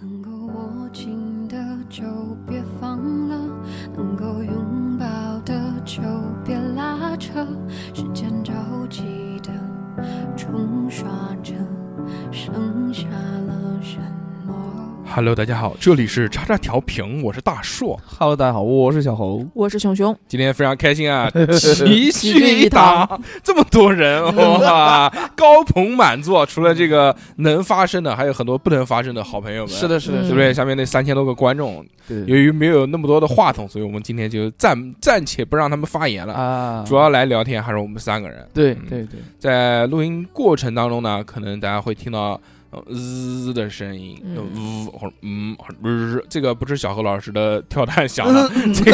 能够握紧的就别放了，能够拥抱的就别拉扯，时间着急的冲刷着，剩下了什么 ？Hello， 大家好，这里是叉叉调频，我是大硕。 Hello， 大家好，我是小猴， 我是熊熊。 今天非常开心啊，齐聚一堂，这么多人哇，高朋满座。除了这个能发声的，还有很多不能发声的好朋友们。 是的， 对不对？下面那3000多个观众，由于没有那么多的话筒，所以我们今天就暂且不让他们发言了啊。主要来聊天还是我们3个人。 对， 在录音过程当中呢，可能大家会听到的声音，或者这个不是小何老师的跳蛋响的，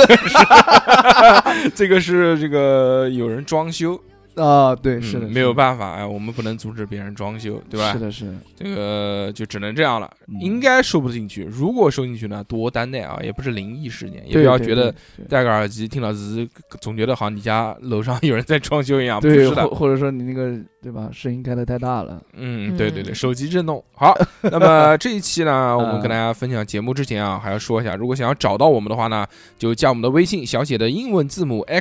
这个是这个有人装修啊，对，是的， 没有办法，我们不能阻止别人装修，对吧？ 是的， 这个就只能这样了，应该收不进去。如果收进去呢，多担待啊，也不是灵异事件，也不要觉得戴个耳机听到总觉得好像你家楼上有人在装修一样， 对， 不是的， 或者说你那个对吧，声音开得太大了， 对，手机震动。好，那么这一期呢，我们跟大家分享节目之前啊，还要说一下，如果想要找到我们的话呢，就加我们的微信小写的英文字母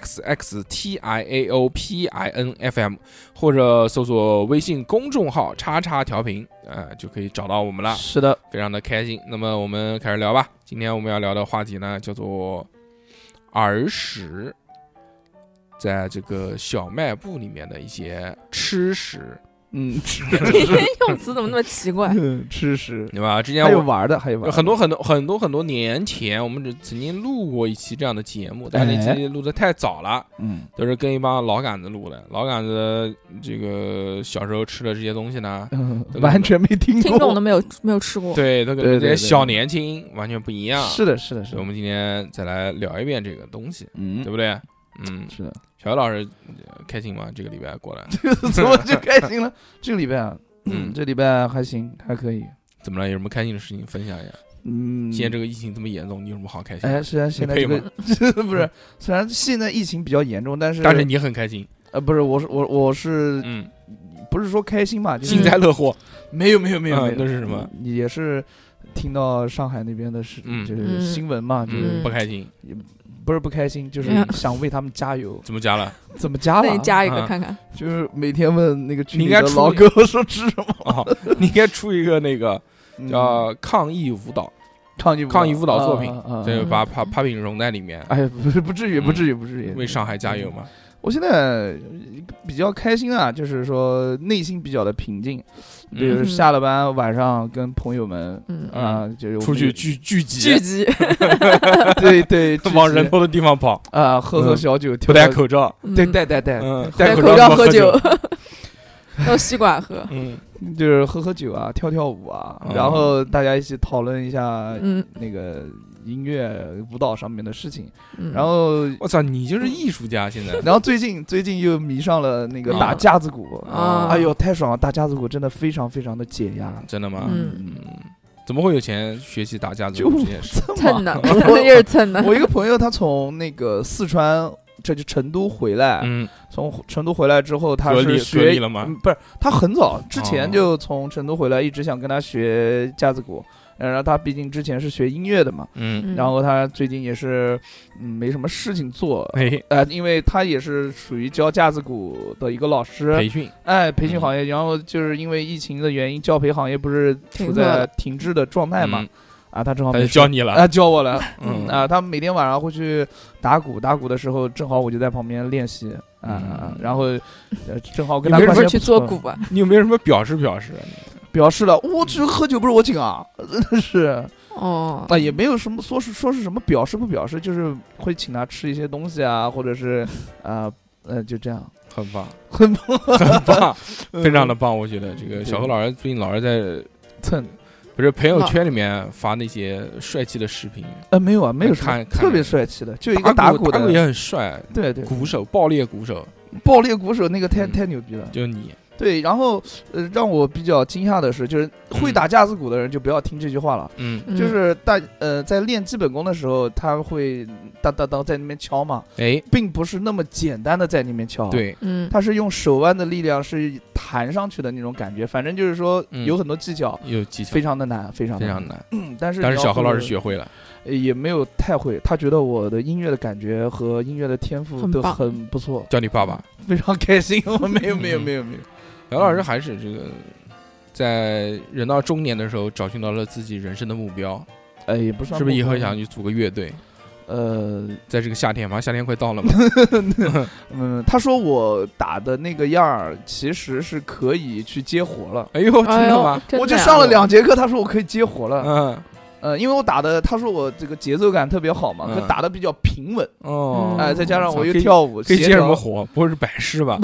XXTIAOPINFM， 或者搜索微信公众号叉叉调频，就可以找到我们了。 是的， 非常的开心。那么我们开始聊吧。今天我们要聊的话题呢，叫做儿时在这个小卖部里面的一些吃食。 吃用词怎么那么奇怪？ 吃食， 对吧？之前还有玩的， 很多年前，我们曾经录过一期这样的节目，但那期录的太早了，都是跟一帮老杆子录的。老杆子这个小时候吃的这些东西呢， 完全没听过， 听众都没有吃过。 对，都跟这些小年轻完全不一样。 是的。 我们今天再来聊一遍这个东西，对不对？ 是的。 小何老师开心吗？这个礼拜过来怎么就开心了？这个礼拜啊，这礼拜还行，还可以。 怎么了？有什么开心的事情分享一下？现在这个疫情这么严重，你有什么好开心？ 虽然现在这个不是，虽然现在疫情比较严重，但是你很开心。 不是，我是不是说开心嘛？ 幸灾乐祸？ 没有， 那是什么？ 也是听到上海那边的事，就是新闻嘛，就是不开心。 不是不开心，就是想为他们加油。 怎么加了？ 那你加一个看看。 就是每天问那个群里的老哥说吃什么。 你应该出一个那个叫抗疫舞蹈作品，就把Popping融在里面。 哎，不至于， 为上海加油嘛。 我现在比较开心啊，就是说内心比较的平静。比如下了班晚上跟朋友们就是出去聚集， 对， 往人多的地方跑啊，喝小酒， 不戴口罩， 戴戴口罩喝酒，用吸管喝， 就是喝酒啊，跳舞啊，然后大家一起讨论一下那个音乐舞蹈上面的事情，然后我操，你就是艺术家现在。 然后最近又迷上了那个打架子鼓哎呦太爽了！打架子鼓真的非常非常的解压。 真的吗？怎么会有钱学习打架子鼓这件事？ 蹭的，也是蹭的。 我一个朋友他从那个四川，这就成都回来，从成都回来之后，他是学了吗？ 不是，他很早之前就从成都回来，一直想跟他学架子鼓。然后他毕竟之前是学音乐的嘛，然后他最近也是没什么事情做，因为他也是属于教架子鼓的一个老师，培训行业，然后就是因为疫情的原因，教培行业不是处在停滞的状态嘛，他正好就教你了， 教我了，他每天晚上会去打鼓的时候，正好我就在旁边练习，然后正好跟他关系去做鼓吧， 你有没有什么表示？ 表示了，我去喝酒不是我请啊，真的是也没有什么说是什么表示不表示，就是会请他吃一些东西啊，或者是就这样， 很棒，非常的棒。我觉得这个小何老师最近老是在蹭， 不是朋友圈里面发那些帅气的视频， 没有什么特别帅气的，就一个打鼓的也很帅， 对， 鼓手，爆裂鼓手那个太牛逼了， 就是你。 对，然后让我比较惊讶的是，就是会打架子鼓的人就不要听这句话了。就是在练基本功的时候，他会当在那边敲嘛，并不是那么简单的在那边敲。 对， 他是用手腕的力量是弹上去的那种感觉。反正就是说有很多技巧，非常的难，非常难。但是小何老师学会了。 也没有太会，他觉得我的音乐的感觉和音乐的天赋都很不错。 叫你爸爸， 非常开心。我没有。 姚老师还是这个，在人到中年的时候找寻到了自己人生的目标。 也不算。 是不是以后想去组个乐队？在这个夏天嘛，夏天快到了嘛。 他说我打的那个样儿其实是可以去接活了。 哎呦，真的吗？ 我就上了2节课，他说我可以接活了。因为我打的，他说我这个节奏感特别好嘛，可打的比较平稳哦， 再加上我又跳舞， 可以接什么活？不会是摆饰吧？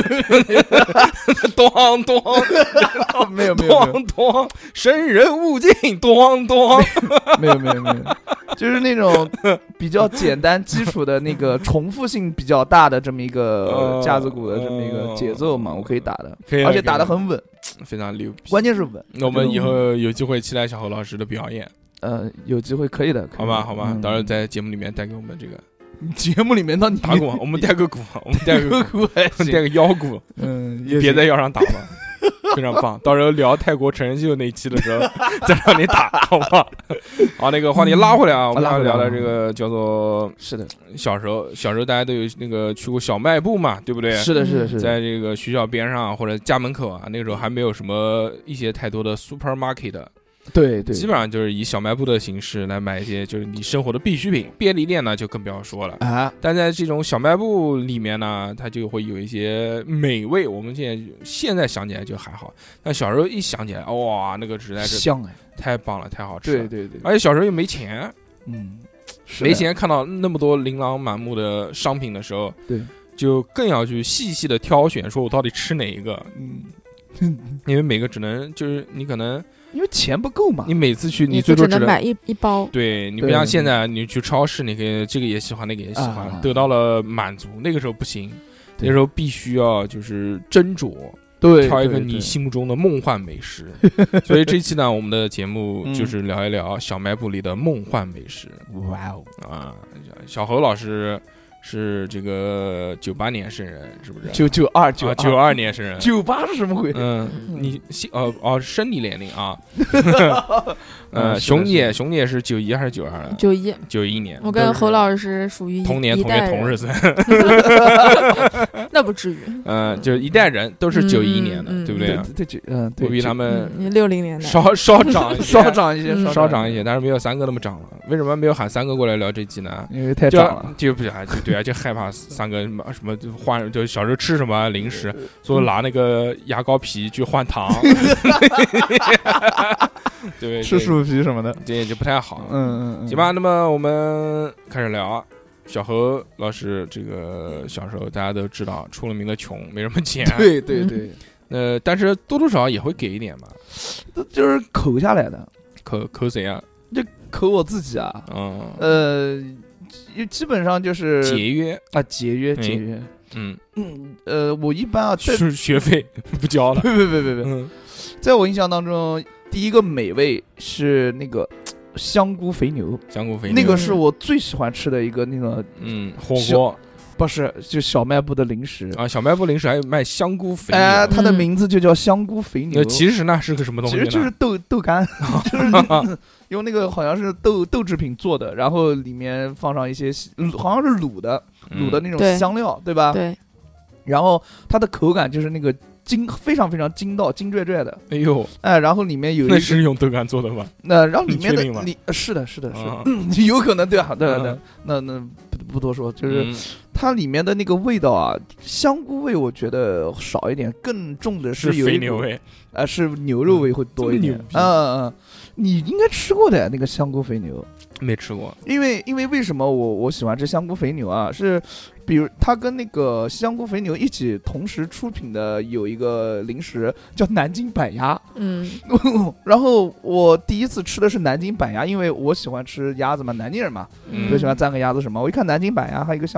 咚咚， 没有， 咚咚，生人勿近，咚咚， 没有，就是那种比较简单基础的那个重复性比较大的这么一个架子鼓的这么一个节奏嘛，我可以打的，而且打得很稳， 非常牛逼， 关键是稳。 那我们以后有机会期待小何老师的表演。 有机会可以的， 好吧，到时候在节目里面带给我们这个。 节目里面到你打鼓，我们带个鼓，我们带个鼓，带个腰鼓，别在腰上打了，非常棒。到时候聊泰国成人秀那一期的时候再让你打，好不好？好，那个话题拉回来啊，我们聊的这个叫做是的， 小时候大家都有那个去过小卖部嘛，对不对？ 是的， 在这个学校边上或者家门口啊，那个时候还没有什么一些太多的 supermarket。 对， 基本上就是以小卖部的形式来买一些就是你生活的必需品，便利店呢就更不要说了啊。但在这种小卖部里面呢，它就会有一些美味，我们现在想起来就还好，但小时候一想起来，哇，那个实在是香太棒了，太好吃了。 对， 而且小时候又没钱，没钱，看到那么多琳琅满目的商品的时候， 对， 就更要去细细的挑选，说我到底吃哪一个。因为每个只能就是你可能。 因为钱不够嘛， 你每次去你最多只能买一包。 对，你不像现在你去超市，你可以这个也喜欢那个也喜欢，得到了满足。那个时候不行，那时候必须要就是斟酌，挑一个你心目中的梦幻美食。所以这期呢，我们的节目就是聊一聊小卖部里的梦幻美食。 哇哦啊，小何老师是这个98年生人，是不是 ？92 年生人。 98是什么鬼？ 你生理年龄啊。熊姐是91还是92？91年。 我跟侯老师属于同年同月同日生。 那不至于。 就是一代人都是91年的，对不对？ 对， 我比他们 60年的稍长一些，但是没有三哥那么长了。为什么没有喊三哥过来聊这集呢？ 因为太长了， 就不对啊，就害怕三哥什么换，就小时候吃什么零食，所以拿那个牙膏皮去换糖，对， 吃树皮什么的， 这就不太好。行吧，那么我们开始聊。小何老师这个小时候大家都知道，出了名的穷，没什么钱。 对， 但是多多少少也会给一点嘛， 就是口下来的。 口谁啊？ 就口我自己啊。基本上就是节约。 我一般啊， 学费不交了。 别，在我印象当中，第一个美味是那个香菇肥牛，那个是我最喜欢吃的一个那个火锅。 不是，就小卖部的零食啊，小卖部零食还有卖香菇肥牛， 它的名字就叫香菇肥牛。 其实呢是个什么东西呢？ 其实就是豆干，就是用那个好像是豆制品做的，然后里面放上一些好像是卤的那种香料，对吧？ 对。 然后它的口感就是那个非常非常筋拽拽的。 哎呦， 然后里面有那是用豆干做的吗？ 然后里面的是的，有可能对啊，对，那不多说，就是它里面的那个味道啊，香菇味我觉得少一点，更重的是肥牛味， 是牛肉味会多一点。你应该吃过的那个香菇肥牛。 没吃过， 因为什么我喜欢吃香菇肥牛啊？是，比如它跟那个香菇肥牛一起同时出品的有一个零食叫南京板鸭，然后我第一次吃的是南京板鸭，因为我喜欢吃鸭子嘛，南京人嘛，就喜欢蘸个鸭子什么。我一看南京板鸭还有一个香菇肥牛，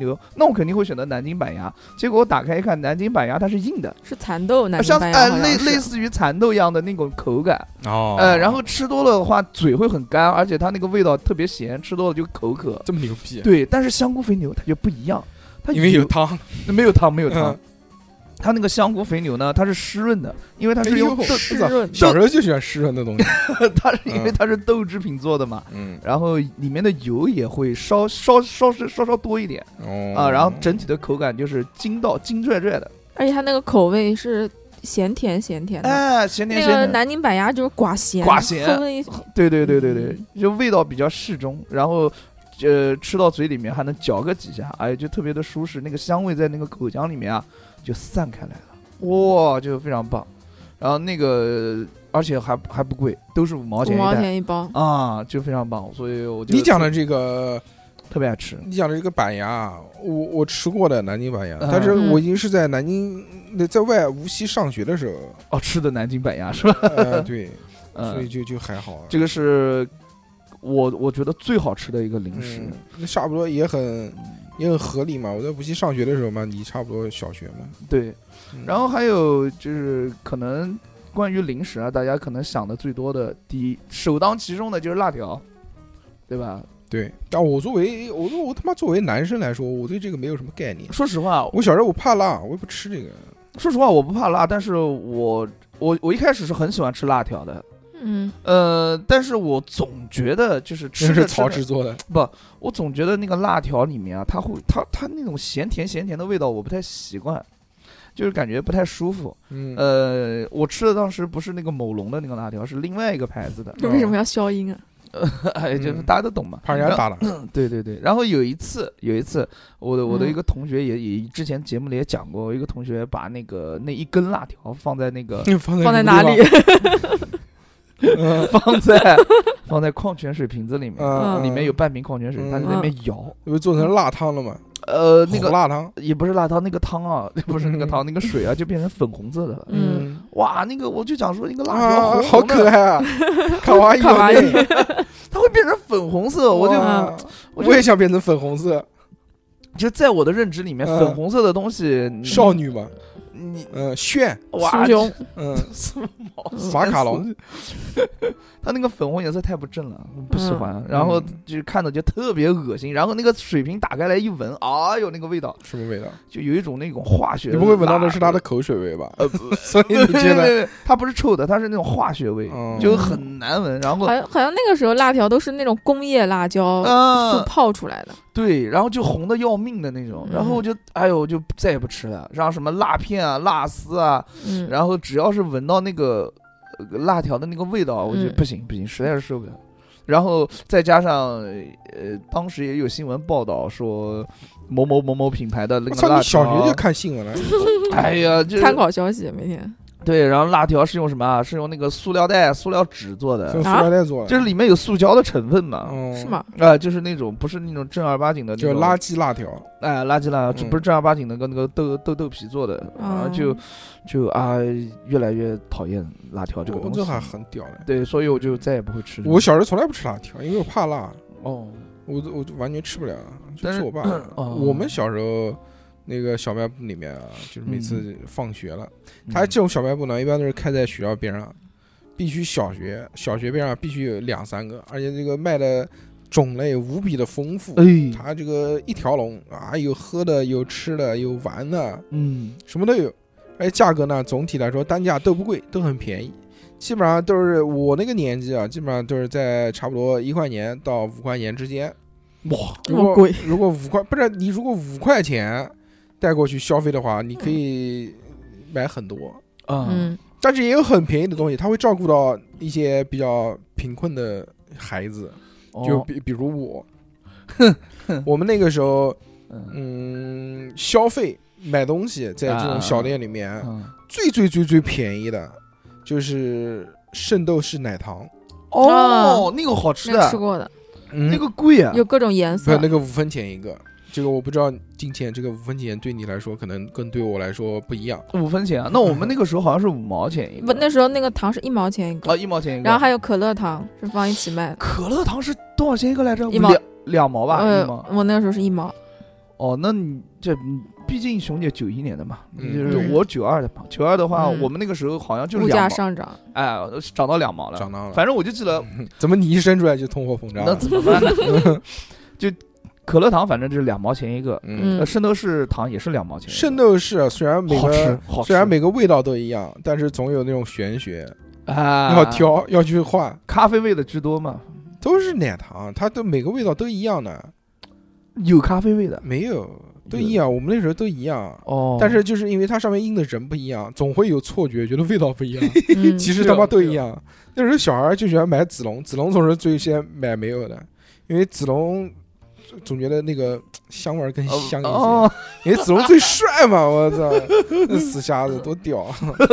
喝，那我肯定会选择南京板牙。结果我打开一看，南京板牙它是硬的， 是蚕豆南京板牙， 像类似于蚕豆一样的那种口感然后吃多了的话嘴会很干，而且它那个味道特别咸，吃多了就口渴。 这么牛逼？ 对，但是香菇肥牛它就不一样，它因为有汤， 没有汤。它那个香菇肥牛呢，它是湿润的，因为它是用湿润。 小时候就喜欢湿润的东西。 它是因为它是豆制品做的嘛，然后里面的油也会稍多一点然后整体的口感就是筋拽的， 而且它那个口味是咸甜的， 咸甜。 那个南京板牙就是寡咸， 对，就味道比较适中，然后。吃到嘴里面还能嚼个几下，就特别的舒适，那个香味在那个口腔里面啊就散开来了，哇，就非常棒。然后那个而且还不贵，都是5毛钱一包啊，就非常棒。所以我就你讲的这个特别爱吃， 你讲的这个板牙，我吃过的南京板牙，但是我已经是在南京在无锡上学的时候吃的南京板牙是吧？ 对，所以就还好。 这个是。我觉得最好吃的一个零食， 那差不多也很合理嘛。我在无锡上学的时候嘛，你差不多小学嘛。 对，然后还有就是可能关于零食啊，大家可能想的最多的首当其冲的就是辣条，对吧？ 对，但我他妈作为男生来说，我对这个没有什么概念。 说实话， 我小时候我怕辣，我也不吃这个。 说实话，我不怕辣，但是我一开始是很喜欢吃辣条的。但是我总觉得就是吃是曹植做的不，我总觉得那个辣条里面啊，它那种咸甜的味道我不太习惯，就是感觉不太舒服。我吃的当时不是那个某龙的那个辣条，是另外一个牌子的。 为什么要消音啊？ 就是大家都懂嘛， 怕人家打了。 对。然后有一次，我的一个同学也之前节目里也讲过，我一个同学把那一根辣条放在那个放在哪里？ 放在矿泉水瓶子里面，里面有半瓶矿泉水，他在那边摇， 不是做成辣汤了吗？ 那个辣汤也不是辣汤，那个汤啊，不是那个汤，那个水啊，就变成粉红色的了。哇，那个我就讲说那个辣条好可爱啊，卡哇伊， 它会变成粉红色，我也想变成粉红色。 就在我的认知里面，粉红色的东西， 少女嘛。炫哇， 熊， 马卡龙， 它那个粉红颜色太不正了，我不喜欢。然后就看着就特别恶心。然后那个水瓶打开来一闻，哎呦，那个味道， 什么味道？ 就有一种那种化学。 你不会闻到的是它的口水味吧？所以你觉得它不是臭的，它是那种化学味，就很难闻。然后好像那个时候辣条都是那种工业辣椒素泡出来的。 对，然后就红的要命的那种，然后我就我就再也不吃了，像什么辣片啊、辣丝啊，然后只要是闻到那个辣条的那个味道，我就不行，实在是受不了。然后再加上当时也有新闻报道说某某品牌的那个辣条， 你小学就看新闻了？ 哎呀， 参考消息每天。 对，然后辣条是用什么啊？是用那个塑料纸做的， 用塑料袋做的， 就是里面有塑胶的成分嘛？ 是吗？ 就是那种不是那种正儿八经的， 就垃圾辣条。 垃圾辣条，不是正儿八经的，跟那个豆皮做的，就越来越讨厌辣条这个东西。 这还很屌的。 对，所以我就再也不会吃。 我小时候从来不吃辣条，因为我怕辣。我就完全吃不了，就是我爸。我们小时候。那个小卖部里面啊，就是每次放学了，它这种小卖部呢，一般都是开在学校边上，必须小学边上必须有2-3个，而且这个卖的种类无比的丰富。它这个一条龙啊，有喝的，有吃的，有玩的，什么都有。而且价格呢，总体来说单价都不贵，都很便宜，基本上都是我那个年纪啊，基本上都是在差不多1块钱到5块钱之间。 哇， 这么贵！ 如果5块，不是你如果5块钱。带过去消费的话，你可以买很多但是也有很便宜的东西，它会照顾到一些比较贫困的孩子，就比如我，我们那个时候，消费买东西在这种小店里面，最便宜的就是圣斗士奶糖。 那个好吃的， 吃过的， 那个贵啊， 有各种颜色， 那个5分钱一个。这个我不知道，金钱这个5分钱对你来说可能跟对我来说不一样。 5分钱啊？那我们那个时候好像是5毛钱一个。 不，那时候那个糖是1毛钱一个。 1毛钱一个。 然后还有可乐糖是放一起卖的。 可乐糖是多少钱一个来着？2毛吧。 我那个时候是1毛。 哦，那你这毕竟熊姐91年的嘛，就是我92的嘛。92的话，我们那个时候好像就是物价上涨， 哎，涨到2毛了， 涨到了。 反正我就记得， 怎么你一生出来就通货膨胀？ 那怎么办呢？就可乐糖，反正就是2毛钱一个。圣斗士糖也是2毛钱。 圣斗士虽然每个味道都一样，但是总有那种玄学啊，要挑要去换。 咖啡味的居多嘛？ 都是奶糖，它都每个味道都一样的。 有咖啡味的没有？都一样，我们那时候都一样哦。但是就是因为它上面印的人不一样，总会有错觉，觉得味道不一样。其实他妈都一样。那时候小孩就喜欢买子龙，子龙总是最先买没有的，因为子龙总觉得那个香味更香一些。因为子龙最帅嘛，我操，那死瞎子多屌。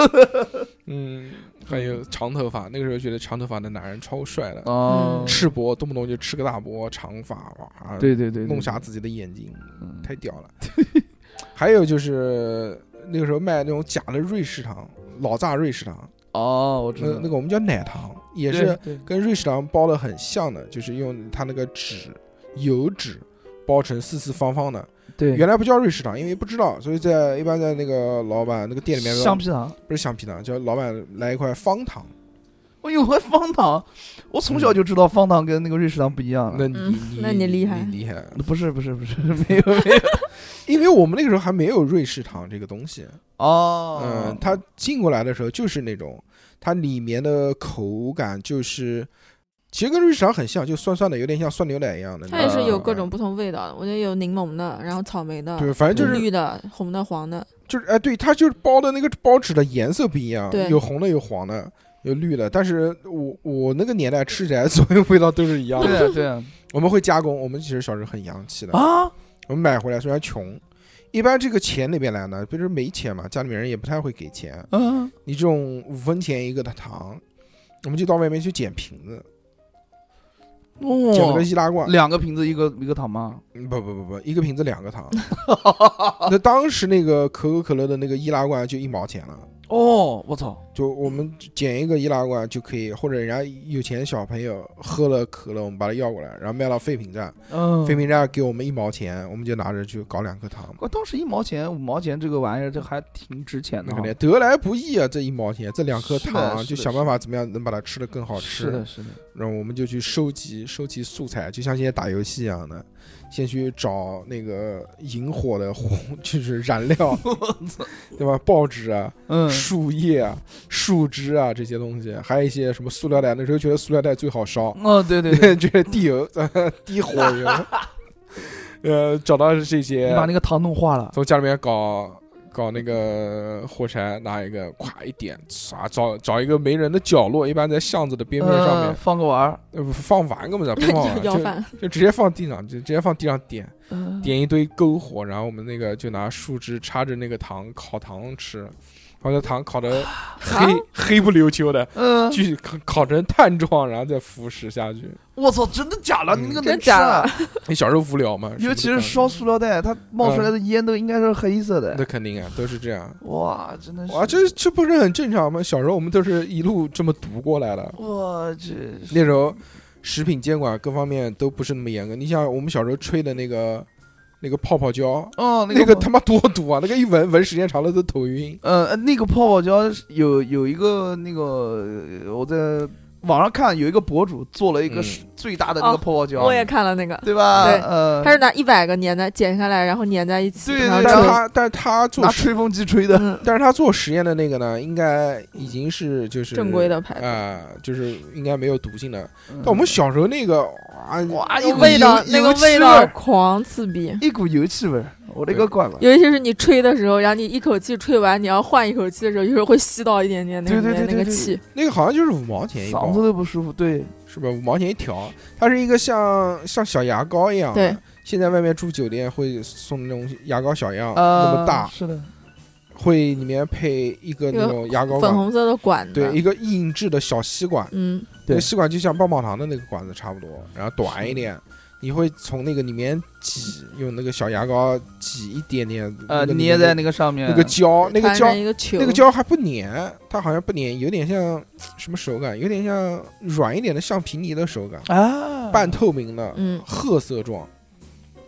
还有长头发，那个时候觉得长头发的男人超帅的。赤膊，动不动就吃个大脖，长发，哇， 对， 弄瞎自己的眼睛，太屌了。还有就是那个时候卖那种假的瑞士糖，老榨瑞士糖。 哦，我知道， 那个我们叫奶糖，也是跟瑞士糖包的很像的，就是用它那个油纸包成四四方方的。 对， 原来不叫瑞士糖，因为不知道，所以一般在那个老板那个店里面， 橡皮糖不是橡皮糖，叫老板来一块方糖。 我有块方糖，我从小就知道方糖跟那个瑞士糖不一样。 那你厉害， 你厉害。 不是，没有， 因为我们那个时候还没有瑞士糖这个东西哦。 它进过来的时候就是那种，它里面的口感就是。其实跟瑞士糖很像，就酸酸的，有点像酸牛奶一样的。 它也是有各种不同味道的，我觉得有柠檬的，然后草莓的， 对，反正就是绿的、红的、黄的。 就是对，它就是包的那个包纸的颜色不一样， 对， 有红的，有黄的，有绿的。但是我那个年代吃起来所有味道都是一样的。 对啊。 我们会加工，我们其实小时候很洋气的啊。我们买回来虽然穷，一般这个钱哪边来呢？不是没钱嘛，家里面人也不太会给钱。你这种5分钱一个的糖，我们就到外面去捡瓶子。捡了个易拉罐 ，2个瓶子一个糖吗？ 不，一个瓶子2个糖。那当时那个可口可乐的那个易拉罐就1毛钱了。 哦，我操！ 就我们捡一个易拉罐就可以，或者人家有钱小朋友喝了可乐，我们把它要过来，然后卖到废品站，废品站给我们1毛钱，我们就拿着去搞2颗糖。 当时1毛钱、5毛钱这个玩意儿，这还挺值钱的。 得来不易啊，这1毛钱，这2颗糖就想办法怎么样能把它吃得更好吃。 是的。 然后我们就去收集素材，就像现在打游戏一样的。先去找那个引火的就是燃料，对吧？报纸啊，树叶啊，树枝啊这些东西，还有一些什么塑料袋。那时候觉得塑料袋最好烧。 对， 觉得滴油，滴火油。找到这些， 你把那个糖弄化了， 从家里面搞那个火柴，拿一个咵一点，找一个没人的角落，一般在巷子的边边上面放个玩儿， 放完根本不放玩，就直接放地上，就直接放地上点一堆篝火，然后我们那个就拿树枝插着那个糖烤糖吃。把这糖烤得黑不溜秋的，去烤成炭状，然后再腐蚀下去。 我操，真的假的？你那个真假的？ 你小时候无聊吗？ 尤其是烧塑料袋，它冒出来的烟都应该是黑色的。 那肯定啊，都是这样。 哇，真的是哇，这不是很正常吗？小时候我们都是一路这么读过来的。 哇， 那时候食品监管各方面都不是那么严格。你想我们小时候吹的那个泡泡胶，那个他妈多毒啊！那个一闻时间长了都头晕。 那个泡泡胶有一个那个我在网上看有一个博主做了一个最大的那个泡泡胶， 我也看了那个， 对吧？ 对，他是拿100个剪下来，然后粘在一起。 对， 但是他做拿吹风机吹的， 但是他做实验的那个呢，应该已经是就是正规的牌子就是应该没有毒性的。但我们小时候那个哇， 那个味道狂刺鼻， 一股油气味。我的个乖吧！ 尤其是你吹的时候，然后你一口气吹完，你要换一口气的时候，有时候会吸到一点点那个气。 那个好像就是5毛钱一包， 嗓子都不舒服。对， 是吧？5毛钱一条，它是一个像小牙膏一样的。 对， 现在外面住酒店会送那种牙膏小样，那么大。 是的。 会里面配一个那种牙膏粉红色的管子， 对，一个硬质的小吸管，对，吸管就像棒棒糖的那个管子差不多，然后短一点。你会从那个里面挤，用那个小牙膏挤一点点， 捏在那个上面， 那个胶那个胶还不粘，它好像不粘，有点像什么手感，有点像软一点的橡皮泥的手感啊，半透明的，褐色状，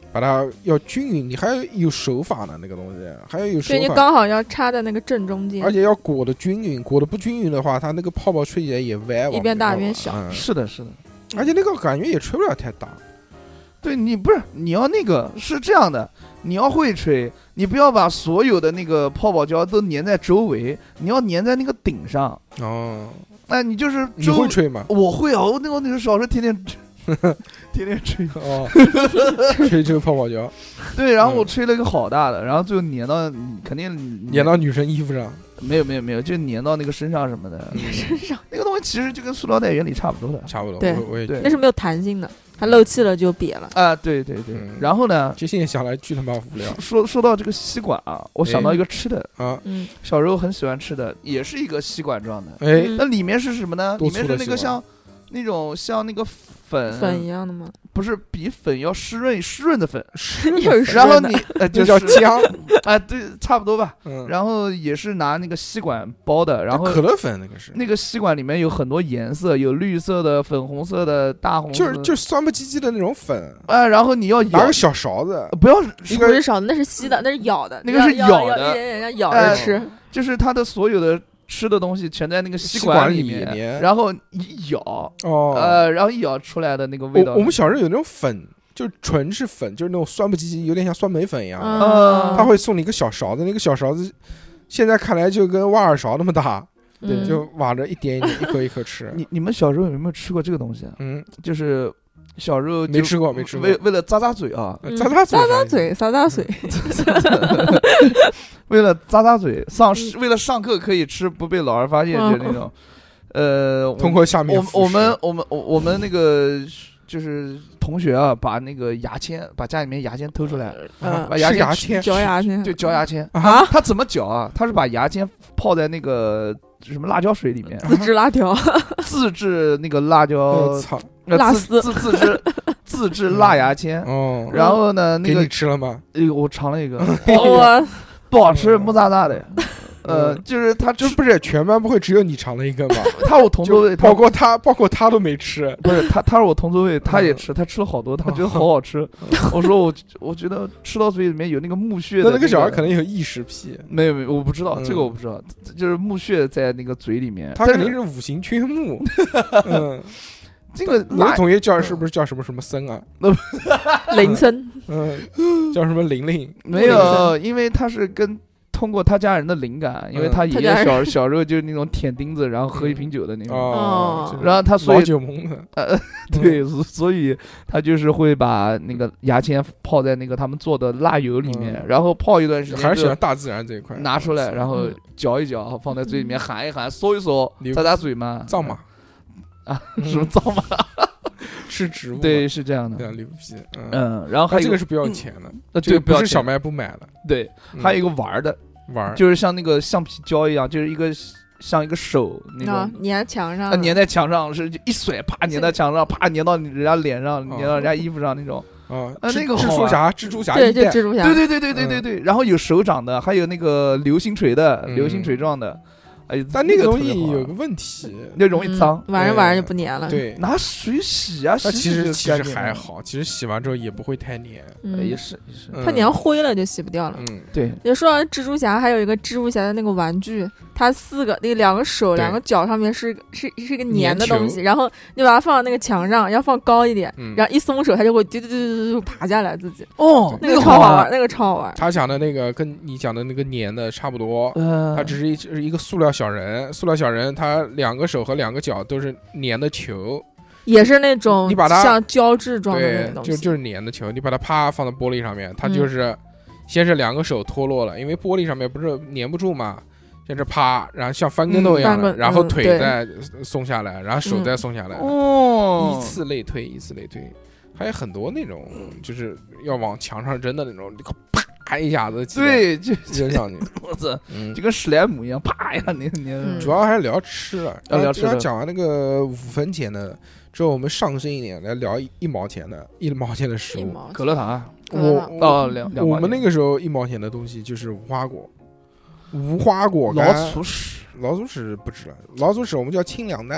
把它要均匀，你还要有手法呢，那个东西还要有手法。 对，你刚好要插在那个正中间， 而且要裹得均匀，裹得不均匀的话，它那个泡泡吹起来也歪， 一边大一边小。 是的，是的， 而且那个感觉也吹不了太大。 对你不是你要那个是这样的，你要会吹，你不要把所有的那个泡泡胶都粘在周围，你要粘在那个顶上。 哦， 哎，你就是你会吹吗？ 我会啊，我那个小时候天天吹哦，吹这个泡泡胶。 对，然后我吹了一个好大的，然后最后粘到肯定粘到女生衣服上。 没有，就粘到那个身上什么的。 身上那个东西其实就跟塑料袋原理差不多的。 差不多。 对， 我也对， 那是没有弹性的，它漏气了就瘪了。 啊，对。然后呢？ 就现在想来巨他妈无聊。 说到这个吸管啊，我想到一个吃的啊， 小时候很喜欢吃的，也是一个吸管状的。 哎， 那里面是什么呢？里面是那个像那个粉一样的吗？ 不是，比粉要湿润的粉， 然后你就叫浆， 对，差不多吧。然后也是拿那个吸管包的，然后可乐粉那个吸管里面有很多颜色，有绿色的、粉红色的、大红色的， 就是酸不唧唧的那种粉。 然后你要拿个小勺子， 不要不是勺子，那是吸的，那是咬的， 那个是咬的， 人家咬着吃， 就是它的所有的吃的东西全在那个吸管里面，然后一咬，然后一咬出来的那个味道。 我们小时候有那种粉，就是纯是粉，就是那种酸不唧唧，有点像酸梅粉一样的。他会送你一个小勺子，那个小勺子现在看来就跟挖耳勺那么大，对，就挖着一点一点，一颗一颗吃。 你们小时候有没有吃过这个东西啊？就是小时候没吃过， 为了咂嘴啊， 咂嘴， 为了咂嘴为了上课可以吃不被老师发现，就那种。 通过下面我们那个就是同学啊，把那个牙签，把家里面牙签偷出来，把牙签嚼牙签， 就嚼牙签啊。他怎么嚼啊？他是把牙签泡在那个什么辣椒水里面， 自制辣条， 自制那个辣椒， 辣丝， 自制辣牙签。然后呢，那个给你吃了吗？ 我尝了一个，不好吃，木渣渣的。就是他就不是全班不会只有你尝了一个吗？ 他我同座位， 包括他都没吃。 不是他是我同座位，他也吃，他吃了好多，他觉得好好吃。我说我觉得吃到嘴里面有那个木屑的。 那个小孩可能有异食癖。 没有，我不知道这个我不知道，就是木屑在那个嘴里面。 他肯定是五行缺木。 这个你的同学是不是叫什么森啊？ 林森。 叫什么玲？ 没有，因为他是通过他家人的灵感，因为他爷爷小时候就是那种舔钉子，然后喝一瓶酒的那种，然后他所以酒蒙的， 对，所以他就是会把那个牙签泡在那个他们做的辣油里面，然后泡一段时间， 还是喜欢大自然这一块， 拿出来，然后嚼一嚼，放在嘴里面含一含，嗦一嗦，咂嘴嘛， 藏马啊，什么藏马？ 吃植物， 对，是这样的， 非常牛逼。 然后还有这个是不要钱的， 对， 不是小卖部买的， 对，还有一个玩，就是像那个橡皮胶一样，就是像一个手那种粘墙上， 粘在墙上是一甩，啪粘在墙上，啪粘到人家脸上，粘到人家衣服上那种。那个蜘蛛侠， 对，蜘蛛侠， 对。然后有手掌的，还有那个流星锤的，流星锤状的。 但那个东西有个问题， 那容易脏， 晚上就不粘了。 对， 拿水洗啊， 其实还好，其实洗完之后也不会太粘， 也是， 它粘灰了就洗不掉了。 对。 就说到蜘蛛侠，还有一个蜘蛛侠的那个玩具，它那两个手、两个脚上面是个粘的东西，然后你把它放到那个墙上，要放高一点，然后一松手，它就会丢爬下来自己。 那个超好玩，那个超好玩。 他讲的那个跟你讲的那个粘的差不多，它只是一个塑料小人，他两个手和两个脚都是粘的球， 也是那种你把它像胶质状的那种东西， 就是粘的球，你把它啪放到玻璃上面，它就是先是两个手脱落了，因为玻璃上面不是粘不住嘛，先是啪，然后像翻跟斗一样的，然后腿再松下来，然后手再松下来，依次类推。还有很多那种就是要往墙上扔的那种，啪一下子， 对，就扔上去， 我操，就跟史莱姆一样，啪一下你。 主要还是聊吃了， 聊吃。 讲完那个5分钱的之后，我们上升一点来聊1毛钱的食物， 可乐糖。 我们那个时候1毛钱的东西就是无花果干， 老鼠屎不吃了，老鼠屎我们叫清凉蛋。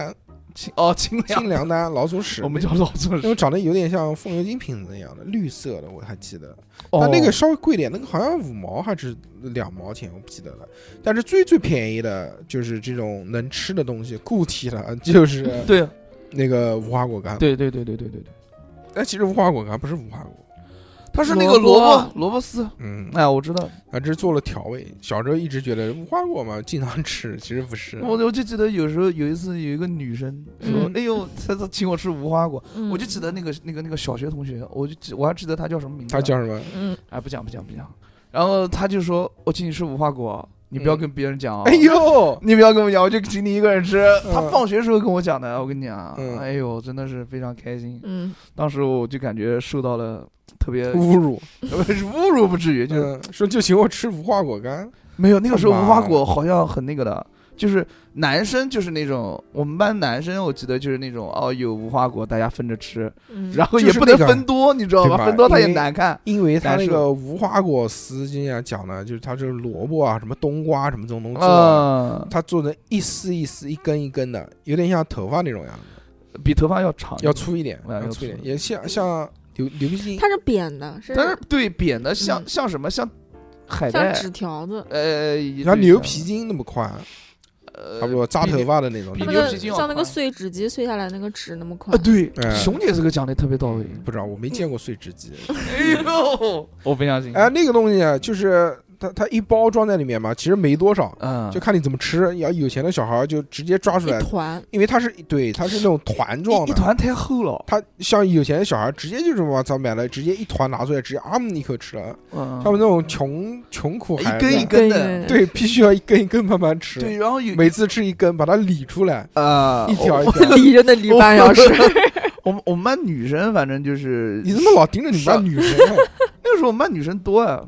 清凉丹老鼠屎， 我们叫老鼠屎， 因为长得有点像风油精瓶子一样的绿色的，我还记得。但那个稍微贵点，那个好像5毛还是2毛钱，我不记得了。但是最便宜的就是这种能吃的东西，固体的，就是对那个无花果干。 对。 但其实无花果干不是无花果。 它是那个萝卜丝，我知道， 这是做了调味。小时候一直觉得无花果嘛，经常吃，其实不是。 我就记得有时候有一次有一个女生说：“哎呦，她请我吃无花果。”我就记得那个小学同学，我还记得她叫什么名字？ 她叫什么？ 不讲。然后她就说：“我请你吃无花果。”你不要跟别人讲啊！ 哎呦， 你不要跟我讲，我就请你一个人吃。他放学时候跟我讲的，我跟你讲，哎呦，真的是非常开心。当时我就感觉受到了特别侮辱， 侮辱不至于，就是说就请我吃无花果干。 没有，那个时候无花果好像很那个的。就是男生就是那种，我们班男生我记得就是那种有无花果大家分着吃，然后也不能分多，你知道吧？分多它也难看， 因为它那个无花果丝就像讲的，就是它就是萝卜啊什么冬瓜什么这种东西做，它做的一丝一丝一根一根的，有点像头发那种样子， 比头发要长要粗一点，也像牛皮筋。 它是扁的， 但是对扁的像什么像海带像纸条子， 像牛皮筋那么宽。差不多扎头发的那种， 像那个碎纸机碎下来那个纸那么宽。 对，熊姐这个讲的特别到位。 不知道，我没见过碎纸机。 哎呦，我非常信。 那个东西啊，就是它一包装在里面嘛，其实没多少，就看你怎么吃。要有钱的小孩就直接抓出来一团， 因为它是那种团状的， 一团太厚了。 它像有钱的小孩直接就是往咱买了，直接一团拿出来，直接一口吃了。像我们那种穷苦孩子， 一根一根的， 对，必须要一根一根慢慢吃。 对，然后每次吃一根，把它理出来一条一条， 理着那理半小时。 我们班女生反正就是你怎么老盯着你们班女生？ 那个时候我们班女生多啊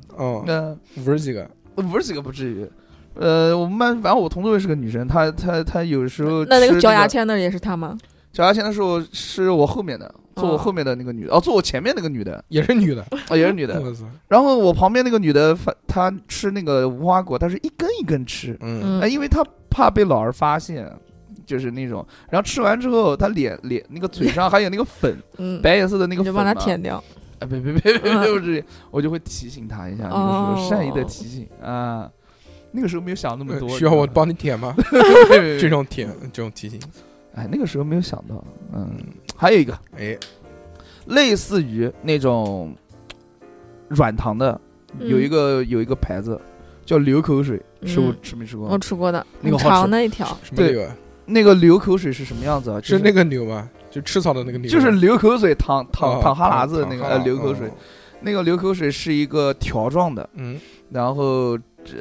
，50几个 ，50几个不至于。我们班反正我同座位是个女生，她有时候那个嚼牙签的也是她吗？ 嚼牙签的时候是我后面的，坐我后面的那个女的，坐我前面那个女的也是女的， 也是女的。然后我旁边那个女的，她吃那个无花果，她是一根一根吃，因为她怕被老师发现。就是那种，然后吃完之后，他脸那个嘴上还有那个粉，白颜色的那个粉， 就帮他舔掉。 别，不至于，我就会提醒他一下，那个时候善意的提醒啊。那个时候没有想那么多， 需要我帮你舔吗？这种提醒， 那个时候没有想到。还有一个，类似于那种软糖的，有一个牌子叫流口水，吃没吃过？ 我吃过的， 那个长的一条， 对。 那个流口水是什么样子啊？ 是那个牛吗？就吃草的那个牛， 就是流口水淌哈喇子的那个流口水。那个流口水是一个条状的，然后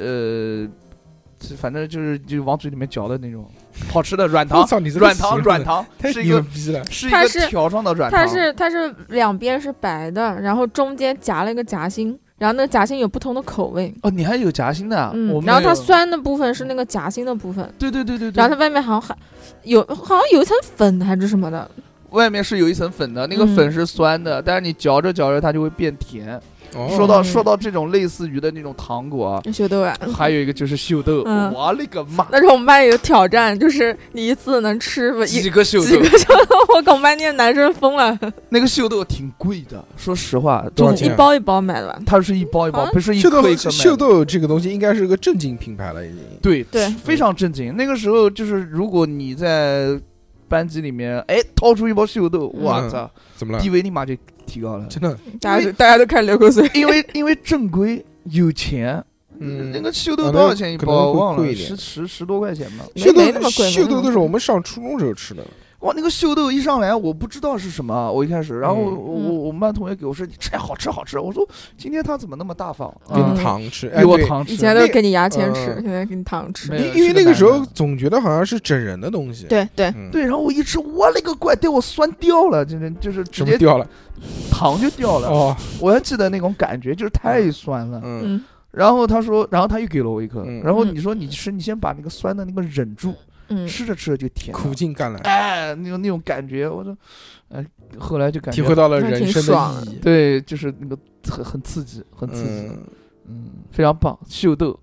反正就是往嘴里面嚼的那种，好吃的软糖，软糖是一个条状的软糖， 它是两边是白的，然后中间夹了一个夹心。然后那个夹心有不同的口味哦，你还有夹心的然后它酸的部分是那个夹心的部分， 对， 然后它外面好像有一层粉还是什么的， 外面是有一层粉的，那个粉是酸的，但是你嚼着嚼着它就会变甜。说到这种类似于的那种糖果， 秀豆啊， 还有一个就是秀豆，我勒个妈！ 但是我们班有挑战，就是你一次能吃几个秀豆， 我搞半天男生疯了。 那个秀豆挺贵的，说实话， 就一包一包买的吧？ 它是一包一包，不是一颗一颗。 秀豆这个东西应该是个正经品牌了，已经。 对，非常正经。那个时候就是如果你在班级里面，掏出一包秀豆，我操， 怎么了？ 地位立马就提高了， 真的， 大家都开始流口水， 因为正规有钱，那个秀豆多少钱一包？忘了，10多块钱吧。 秀豆都是我们上初中时候吃的。 哇，那个秀豆一上来，我不知道是什么，我一开始，然后我们班同学给我说，你吃好吃，我说今天他怎么那么大方， 给你糖吃， 给我糖吃， 以前都给你牙签吃，现在给你糖吃， 因为那个时候总觉得好像是整人的东西， 对， 然后我一吃，我勒个乖，对我酸掉了，就是直接掉了， 糖就掉了，我还记得那种感觉，就是太酸了，然后他说，然后他又给了我一颗，然后你说你吃，你先把那个酸的那个忍住。吃着就甜， 苦尽甘来， 那种感觉，我说，后来就感觉体会到了人生的意义， 对，就是那个很刺激，非常棒，秀豆，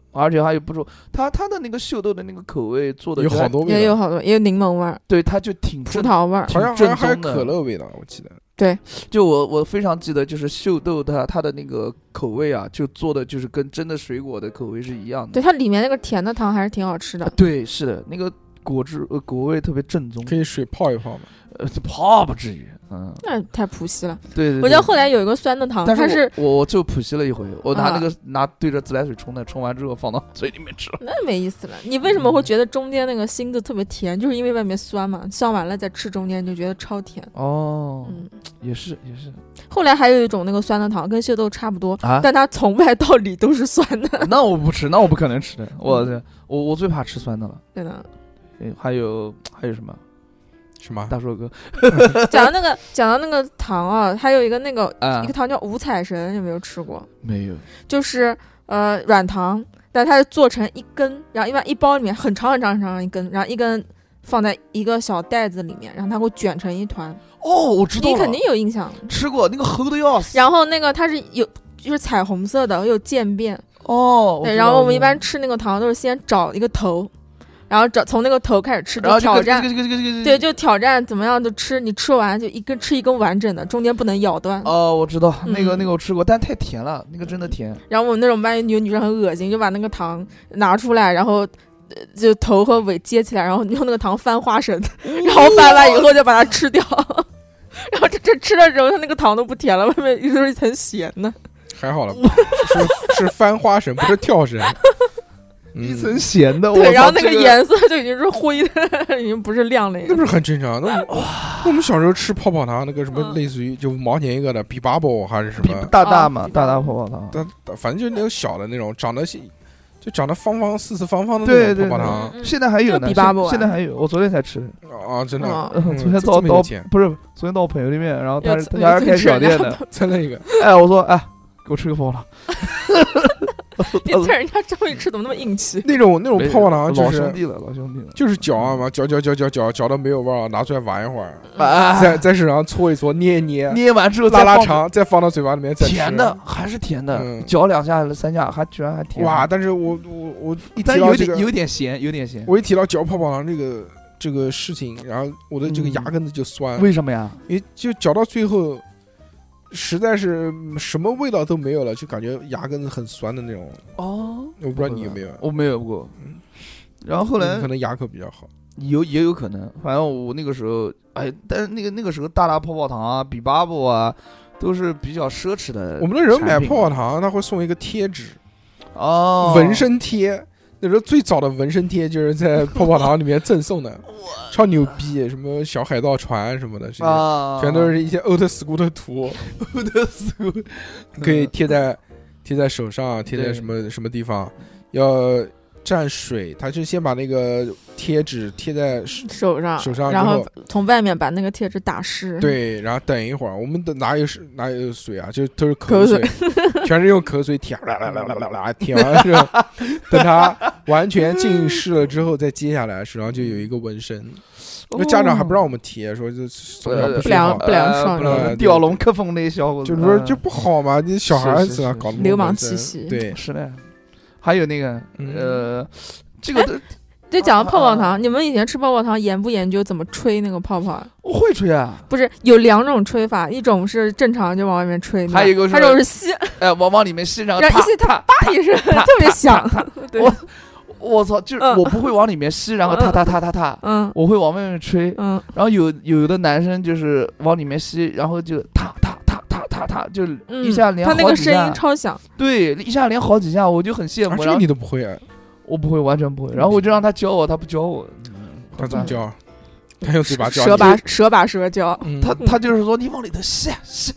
而且还有不错，它的那个秀豆的那个口味做的有好多味道， 也有好多，也有柠檬味儿， 对，它就挺葡萄味儿， 好像还有可乐味道，我记得。 对， 就我非常记得，就是秀豆它的那个口味啊，就做的就是跟真的水果的口味是一样的。 对，它里面那个甜的糖还是挺好吃的。 对，是的，那个果味特别正宗。 可以水泡一泡吗？ 泡不至于， 那太普西了。 对， 我记得后来有一个酸的糖， 但是我就普西了一回，我拿对着自来水冲的，冲完之后放到嘴里面吃了。 那没意思了。你为什么会觉得中间那个芯子特别甜？就是因为外面酸嘛，酸完了再吃中间就觉得超甜。 哦，也是。 后来还有一种那个酸的糖，跟秀豆差不多，但它从外到里都是酸的。 那我不吃，那我不可能吃的。我最怕吃酸的了。 对的。 还有什么？ 什么？ 大硕哥讲到那个糖啊，还有一个那个一个糖叫五彩神，有没有吃过？ 没有。 就是软糖，但它是做成一根，然后一般一包里面很长一根，然后一根放在一个小袋子里面，然后它会卷成一团。 哦，我知道了， 你肯定有印象。 吃过那个齁的要死。 然后那个它是就是彩虹色的，有渐变。 哦。 对，然后我们一般吃那个糖都是先找一个头。然后从那个头开始吃，就挑战，对，就挑战怎么样就吃，你吃完就吃一根完整的，中间不能咬断。 哦，我知道那个我吃过，但太甜了，那个真的甜。 然后我们那种班有女生很恶心，就把那个糖拿出来，然后就头和尾接起来，然后用那个糖翻花生，然后翻完以后就把它吃掉。然后这吃的时候，它那个糖都不甜了，外面又是一层咸的。 还好了，是翻花生，不是跳绳。 一层咸的， 对，然后那个颜色就已经是灰的，已经不是亮了。 那不是很正常？那我们小时候吃泡泡糖，那个什么类似于就5毛钱一个的比巴宝还是什么大嘛，大泡泡糖， 反正就那种小的那种，长得四四方方的那种泡泡糖。 现在还有呢， 比巴宝现在还有，我昨天才吃。 啊，真的， 昨天到不是昨天到我朋友那边，然后他是开小店的， 再来一个。 哎，我说哎，给我吃个泡泡糖。 你趁人家终于吃怎么那么硬气？ 那种泡泡糖就是老兄弟了， 就是搅啊嘛，搅到没有味儿，拿出来玩一会儿，在手上搓一搓，捏一捏， 捏完之后拉长，再放到嘴巴里面， 甜的还是甜的，搅2下3下，居然还甜。 哇！但是我一提到这个有点咸。 我一提到搅泡泡糖这个事情，然后我的这个牙根子就酸。 为什么呀？ 因为就搅到最后。实在是什么味道都没有了，就感觉牙根子很酸的那种。哦，我不知道你有没有， 我没有过。然后后来可能牙口比较好， 也有可能。反正我那个时候，但是那个时候大泡泡糖啊、比巴布啊，都是比较奢侈的。 我们那时候买泡泡糖，他会送一个贴纸，纹身贴。那时候最早的纹身贴就是在泡泡糖里面赠送的，超牛逼！什么小海盗船什么的，全都是一些 old school 的图，old school 可以贴在手上，贴在什么地方，要蘸水，他就先把那个贴纸贴在手上，然后从外面把那个贴纸打湿。 对，然后等一会儿，我们的哪有水啊？就都是口水，全是用口水舔，舔完之后，等它完全浸湿了之后，再接下来手上就有一个纹身。那家长还不让我们贴，说就从小不良少年，吊龙克风那小伙子， 就是说就不好嘛，你小孩子啊搞流氓气息。 对， 是的。还有那个这个就讲到泡泡糖，你们以前吃泡泡糖研不研究怎么吹那个泡泡？ 我会吹啊， 不是有2种吹法，一种是正常就往外面吹， 还有一个是吸， 往里面吸，然后一吸它叭一声，特别响。 我操，就是我不会往里面吸，然后踏，我会往外面吹，然后有的男生就是往里面吸，然后就踏，就一下连好几下， 他那个声音超响， 对，一下连好几下，我就很羡慕。 这个你都不会啊？ 我不会，完全不会。然后我就让他教我，他不教我。 他怎么教？他用嘴巴教。 蛇把蛇教。 他就是说，你往里头吸。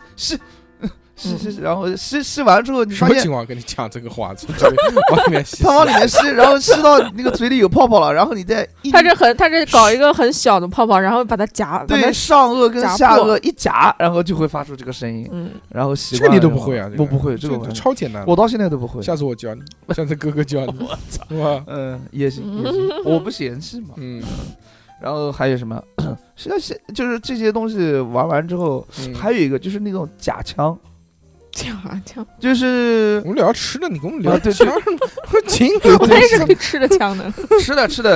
然后吸完之后，你发现什么情况跟你讲这个话？从这里往里面吸， 他往里面吸，然后吸到那个嘴里有泡泡了，然后你再他是搞一个很小的泡泡，然后把它夹， 对，上颚跟下颚一夹，然后就会发出这个声音。然后习惯。 这个你都不会啊？ 我不会，这个超简单， 我到现在都不会。 下次我教你，下次哥哥教你。 我操，也行，我不嫌弃嘛。然后还有什么？就是这些东西玩完之后，还有一个就是那种假枪。 讲啊讲， 就是我们聊吃的，你跟我们聊对枪什么？金我也是可以吃的枪的， 吃的枪，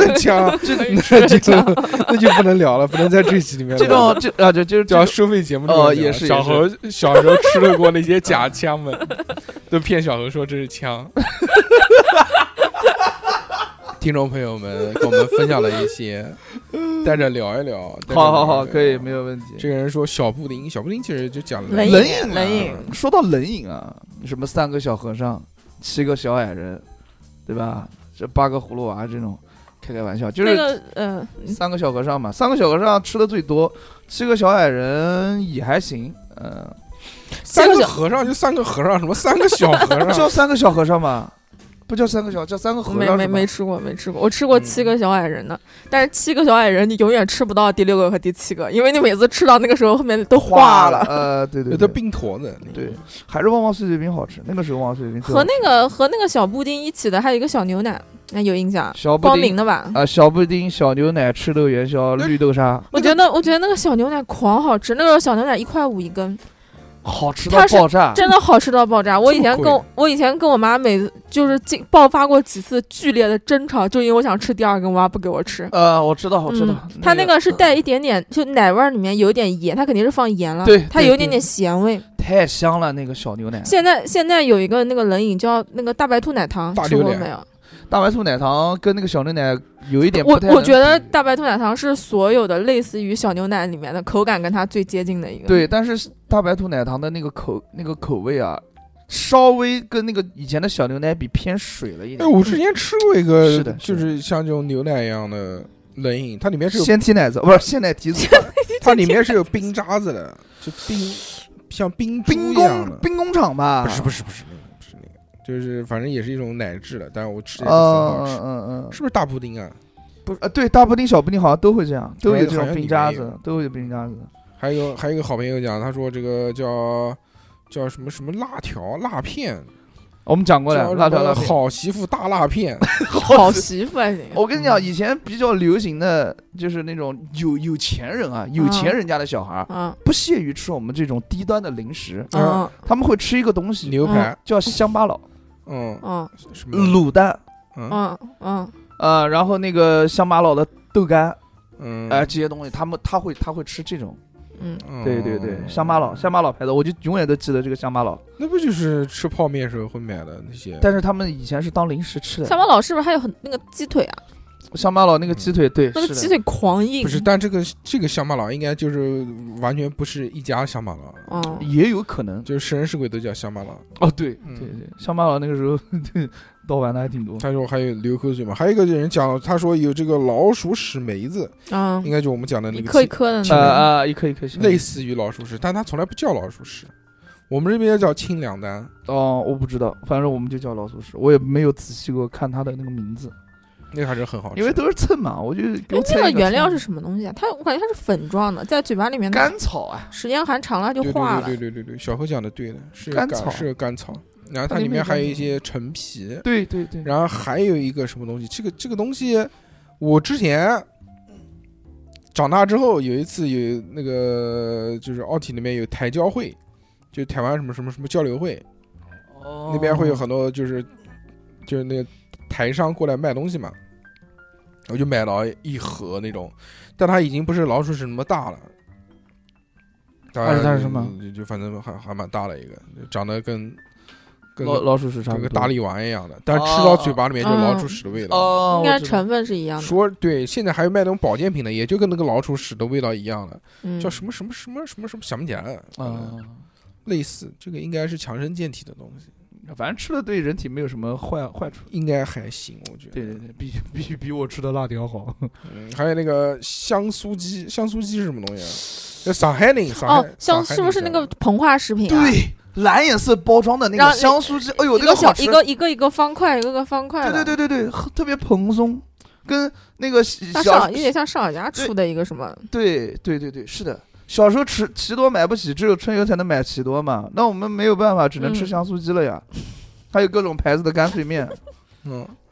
那就不能聊了，不能在这期里面聊。 就是叫收费节目也是小何小时候吃得过那些假枪们，都骗小何说这是枪。听众朋友们跟我们分享了一些，带着聊一聊。 好，可以，没有问题。 这个人说小布丁其实就讲冷饮。 说到冷饮啊，什么3个小和尚、7个小矮人，对吧？这8个葫芦娃这种，开玩笑，就是3个小和尚嘛。3个小和尚吃的最多，7个小矮人也还行。 3个和尚就3个和尚，什么3个小和尚？ 叫3个小和尚吗？不叫3个小，叫3个和尚。 没吃过，我吃过7个小矮人的，但是7个小矮人你永远吃不到第6个和第7个，因为你每次吃到那个时候后面都化了。对， 都冰坨子。 对，还是旺旺碎碎冰好吃。那个时候旺旺碎碎冰和那个小布丁一起的还有一个小牛奶，那有印象？光明的吧？ 小布丁、小牛奶、赤豆元宵、绿豆沙。 我觉得那个小牛奶狂好吃，那个小牛奶1.5块一根。 好吃到爆炸， 真的好吃到爆炸！我以前跟我妈每次就是爆发过几次剧烈的争吵，就因为我想吃第2根，我妈不给我吃。 我知道。 它那个是带一点点，就奶味里面有一点盐，它肯定是放盐了。 对， 它有一点点咸味， 太香了那个小牛奶。 现在有一个那个冷饮叫那个大白兔奶糖，吃过没有？ 大白兔奶糖跟那个小牛奶有一点不太。我觉得大白兔奶糖是所有的类似于小牛奶里面的口感跟它最接近的一个。 对，但是大白兔奶糖的那个口味啊，稍微跟那个以前的小牛奶比偏水了一点。 我之前吃过一个，是的，就是像这种牛奶一样的冷饮，它里面是有鲜提奶子，不是鲜奶提子， 它里面是有冰渣子的，就像冰工厂吧？ 不是。就是反正也是一种奶制的，但是我吃的也很好吃。是不是大布丁啊？ 不是对，大布丁、小布丁好像都会这样，都有这种冰渣子，都有冰渣子。 还有一个好朋友讲，他说这个叫什么辣条、辣片。 我们讲过了，辣条、 好媳妇大辣片， 好媳妇还行。 我跟你讲，以前比较流行的就是那种有钱人啊，有钱人家的小孩不屑于吃我们这种低端的零食，他们会吃一个东西， 牛排叫香巴佬。 什么卤蛋，然后那个香巴佬的豆干，这些东西他会吃这种，对，香巴佬牌子，我就永远都记得这个香巴佬。 那不就是吃泡面时候会买的那些？ 但是他们以前是当零食吃的。 香巴佬是不是还有那个鸡腿啊？ 香巴佬那个鸡腿，对， 那个鸡腿狂硬。 不是，但这个香巴佬应该就是完全不是一家香巴佬， 也有可能就是是人是鬼都叫香巴佬。 对，香巴佬那个时候盗版的还挺多。 他说还有流口水嘛，还有一个人讲，他说有这个老鼠屎梅子，应该就我们讲的那个一颗一颗的一颗一颗， 类似于老鼠屎，但它从来不叫老鼠屎。我们这边叫清凉丹。 我不知道，反正我们就叫老鼠屎，我也没有仔细过看它的那个名字。 那个还是很好吃， 因为都是蹭嘛，我就这个原料是什么东西啊？我感觉它是粉状的，在嘴巴里面甘草啊， 时间含长了就化了。 对，小何讲的对的，是甘草， 是甘草，然后它里面还有一些陈皮， 对， 然后还有一个什么东西，这个东西，我之前长大之后有一次有那个就是奥体里面有台交会，就台湾什么交流会，那边会有很多就是那个台商过来卖东西嘛，我就买了一盒那种，但它已经不是老鼠屎那么大了， 它是什么？ 就反正还蛮大的一个，长得跟老鼠屎差不多， 跟大力丸一样的，但是吃到嘴巴里面就是老鼠屎的味道。 应该成分是一样的。 说对，现在还有卖那种保健品的，也就跟那个老鼠屎的味道一样的，叫什么想不起来了。类似这个应该是强身健体的东西。 反正吃了对人体没有什么坏处， 应该还行，我觉得。 对，比我吃的辣条好。 还有那个香酥鸡是什么东西啊？上海人是不是那个膨化食品？ 对，蓝颜色包装的那个香酥鸡，哎呦，那个好吃， 一个方块，一个方块。 对，特别蓬松，跟那个有点像上海家出的一个什么？ 对，是的。小时候吃奇多买不起，只有春游才能买奇多嘛。那我们没有办法，只能吃香酥鸡了呀。还有各种牌子的干脆面。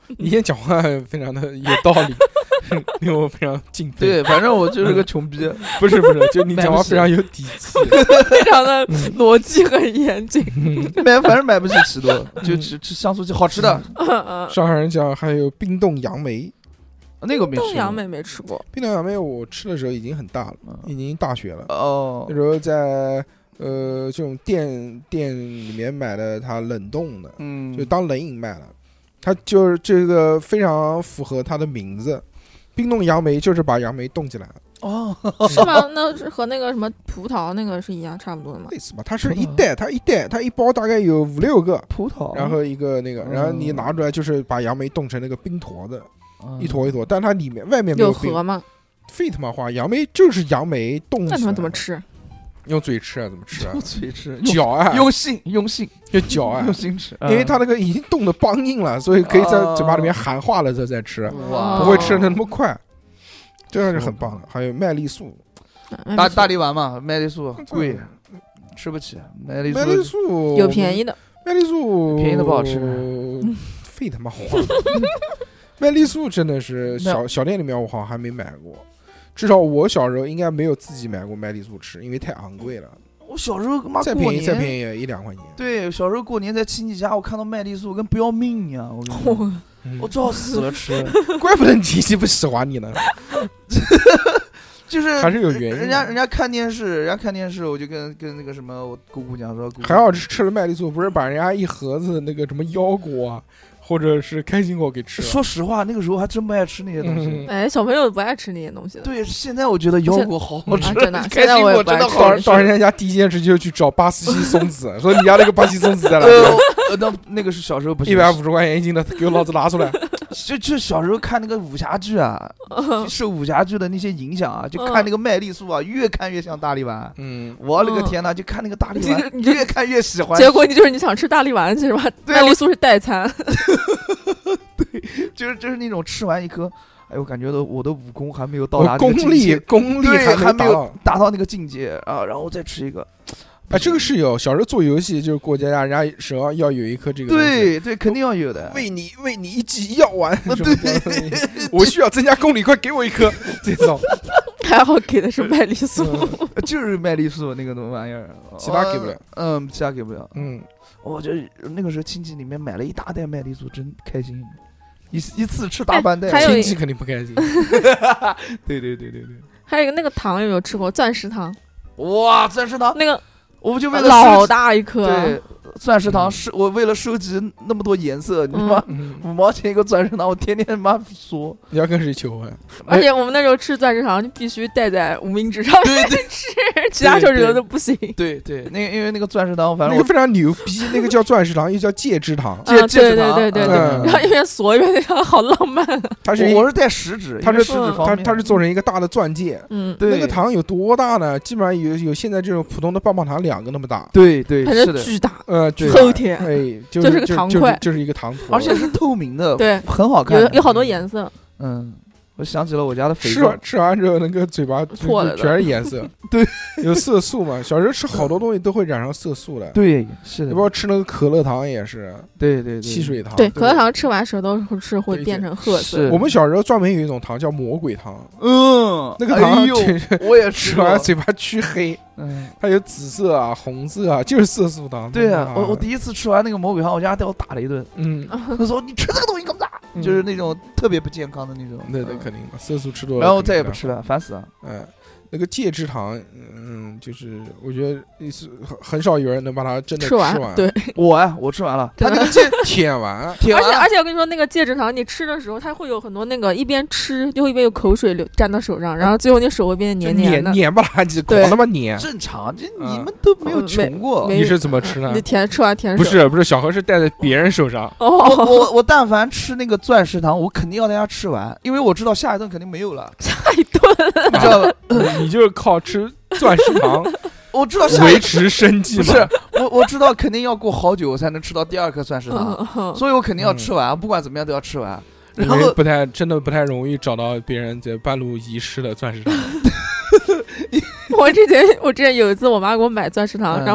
你也讲话非常的有道理，令我非常敬佩。 对，反正我就是个穷逼。 不是，就你讲话非常有底气， 非常的逻辑很严谨。 反正买不起奇多，就吃香酥鸡，好吃的。 上海人讲还有冰冻杨梅。 那个没吃过， 冰冻杨梅没吃过。 冰冻杨梅我吃的时候已经很大了，已经大学了。 哦， 那时候在这种店里面买的，它冷冻的，就当冷饮卖了。它就是这个非常符合它的名字，冰冻杨梅就是把杨梅冻起来。 哦， 是吗？那是和那个什么葡萄那个是一样差不多的吗？ 类似吧，它是一袋，它一包大概有5-6个葡萄， 然后一个那个，然后你拿出来就是把杨梅冻成那个冰坨的。一坨一坨，但它里面外面没有核吗？ 废他妈话，杨梅就是杨梅冻起来。 那他们怎么吃？ 用嘴吃啊？怎么吃啊？ 用嘴吃， 嚼啊！ 用心就嚼啊！ 用心吃， 因为它那个已经冻得梆硬了，所以可以在嘴巴里面含化了之后再吃，不会吃的那么快。这样就很棒了。还有麦丽素， 大力丸嘛，麦丽素贵，吃不起。麦丽素有便宜的， 麦丽素便宜的不好吃。 废他妈话！麦丽素真的是小店里面我好像还没买过，至少我小时候应该没有自己买过麦丽素吃，因为太昂贵了。 我小时候妈再过年再便宜1-2块钱。 对，小时候过年在亲戚家，我看到麦丽素跟不要命一样，我照死了吃。 怪不得你亲戚不喜欢你呢。 就是还是有原因。 人家看电视，我就跟那个什么我姑姑讲说， 还好吃了麦丽素，不是把人家一盒子那个什么腰果啊，或者是开心果给吃了。 说实话，那个时候还真不爱吃那些东西。 哎，小朋友不爱吃那些东西的。 对，现在我觉得腰果好好吃， 真的。 开心果真的好吃。到人家家第一件事就去找巴西松子，说你家那个巴西松子在哪？ 那个是小时候不是 150块钱一斤的，给我老子拿出来。 就小时候看那个武侠剧啊，受武侠剧的那些影响啊，就看那个麦丽素啊，越看越像大力丸。我勒个天哪，就看那个大力丸，你越看越喜欢。 结果你想吃大力丸是吧？麦丽素是代餐。 对，就是那种吃完一颗，哎呦，感觉我的武功还没有到达功力还没有达到那个境界啊，然后再吃一个。 哎，这个是有，小时候做游戏就是过家人家手上要有一颗这个。 对，肯定要有的。 为你一剂药丸。对，我需要增加功力，快给我一颗。这种还好给的是麦丽素， 就是麦丽素那个什么玩意儿， 其他给不了。 其他给不了。我觉得那个时候亲戚里面买了一大袋麦丽素，真开心。一次吃大半袋， 亲戚肯定不开心。 对。 还有一个那个糖有没有吃过？钻石糖。 哇，钻石糖那个。 我们就为了老大一颗， 对，钻石糖是我为了收集那么多颜色，你知道吗？5毛钱一个钻石糖，我天天妈说。 你要跟谁求婚？ 而且我们那时候吃钻石糖就必须戴在无名指上面吃，其他手指头都不行。 对，那个因为那个钻石糖，反正那个非常牛逼，那个叫钻石糖，又叫戒指糖。 戒指糖， 对。然后一边锁一边那样，好浪漫。 我是戴食指，它是做成一个大的钻戒。 对， 那个糖有多大呢？基本上有现在这种普通的棒棒糖2个那么大。 对， 是的，巨大， 齁甜， 哎， 就是个糖块， 就是一个糖坨， 而且是透明的， 对， 很好看， 有好多颜色。 我想起了我家的肥皂， 吃完之后那个嘴巴破了， 全是颜色。 对， 有色素嘛，小时候吃好多东西都会染上色素的。 对，是的。 你包括吃那个可乐糖也是， 对， 汽水糖。 对，可乐糖吃完舌头是会变成褐色。 我们小时候专门有一种糖叫魔鬼糖，那个糖我也吃完嘴巴黢黑。它有紫色啊、红色啊，就是色素糖。 对啊，我第一次吃完那个魔鬼糖，我家带我打了一顿。他说你吃这个东西干嘛？就是那种特别不健康的那种。 对，肯定嘛，色素吃多了。 然后再也不吃了，烦死了。 那个戒指糖，就是我觉得很少有人能把它真的吃完。对， 我吃完了， 它那个戒舔完。 而且我跟你说，那个戒指糖你吃的时候，它会有很多那个一边吃就会一边有口水沾到手上，然后最后你手会变得黏的， 黏不拉几，狂那么黏。 正常，这你们都没有穷过。 你是怎么吃呢？ 你吃完舔手。 不是，小何是戴在别人手上。 我但凡吃那个钻石糖，我肯定要带它吃完，因为我知道下一顿肯定没有了。 下一顿， 你知道吧？ 你就是靠吃钻石糖， 我知道维持生计。 不是，我知道肯定要过好久才能吃到第2颗钻石糖，所以我肯定要吃完，不管怎么样都要吃完。然后真的不太容易找到别人在半路遗失的钻石糖。 我之前有一次，我妈给我买钻石糖，然后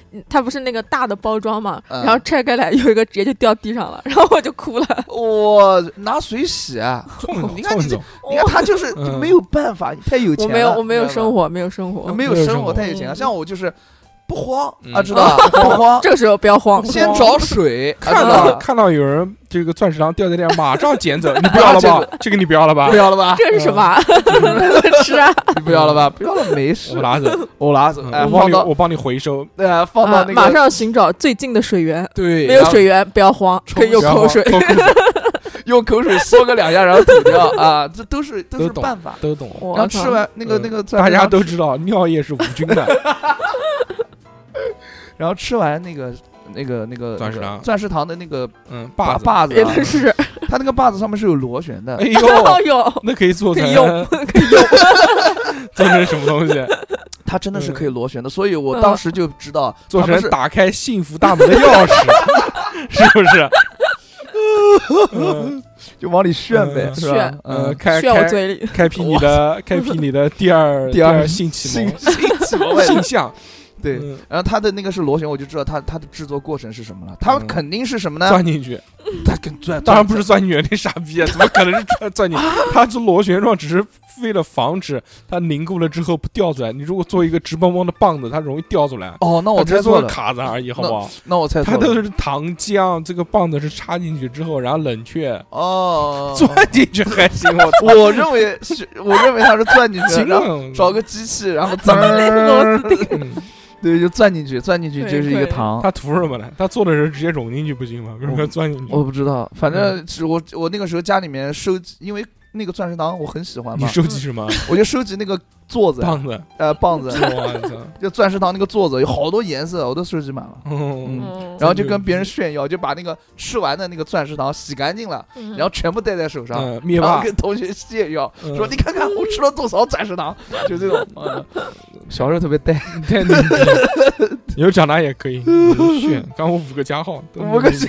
它不是那个大的包装嘛，然后拆开来有一个直接就掉地上了，然后我就哭了。 我拿水洗啊！你看他就是没有办法，太有钱了。 我没有生活，没有生活， 太有钱了。像我就是不慌啊，知道不慌。 这个时候不要慌， 先找水。 看到有人这个钻石糖掉在地上，马上捡走。你不要了吧？这个你不要了吧？ 不要了吧？ 这是什么？吃啊！ 你不要了吧？不要了，没事。 我拿走。我帮你回收。 对啊，放到那个。 马上寻找最近的水源。 对， 没有水源不要慌，可以用口水。 用口水嗦个2下，然后吐掉啊！这都是办法， 都懂。 然后吃完那个， 大家都知道尿液是无菌的。 然后吃完那个钻石糖的那个把子， 是它那个把子上面是有螺旋的。 哎呦，那可以做成可以用， 做成什么东西？ 它真的是可以螺旋的，所以我当时就知道做成打开幸福大门的钥匙，是不是？ 就往里炫呗，是吧？ 炫我嘴里， 开辟你的第二性启蒙性向。 对，然后它的那个是螺旋，我就知道它的制作过程是什么了。它肯定是什么呢？ 钻进去， 它跟当然不是钻进去，你傻逼啊！怎么可能是钻进去？它是螺旋状，只是为了防止它凝固了之后不掉出来。你如果做一个直邦邦的棒子，它容易掉出来。 哦，那我猜错了， 卡子而已，好不好？ 那我猜错了， 它都是糖浆，这个棒子是插进去之后，然后冷却。 哦， 钻进去还行， 我认为它是钻进去，然后找个机器，然后螺丝钉。 对，就钻进去就是一个糖。 他图什么呢？他做的时候直接融进去不行吗？为什么要钻进去？ 我不知道，反正是我那个时候家里面收集，因为那个钻石糖我很喜欢嘛。 你收集什么？ 我就收集那个座子、棒子，就钻石糖那个座子有好多颜色，我都收集满了。然后就跟别人炫耀，就把那个吃完的那个钻石糖洗干净了，然后全部戴在手上，然后跟同学炫耀，说你看看我吃了多少钻石糖，就这种。小时候特别带， 以后长大也可以炫。刚我5个加号 ，5个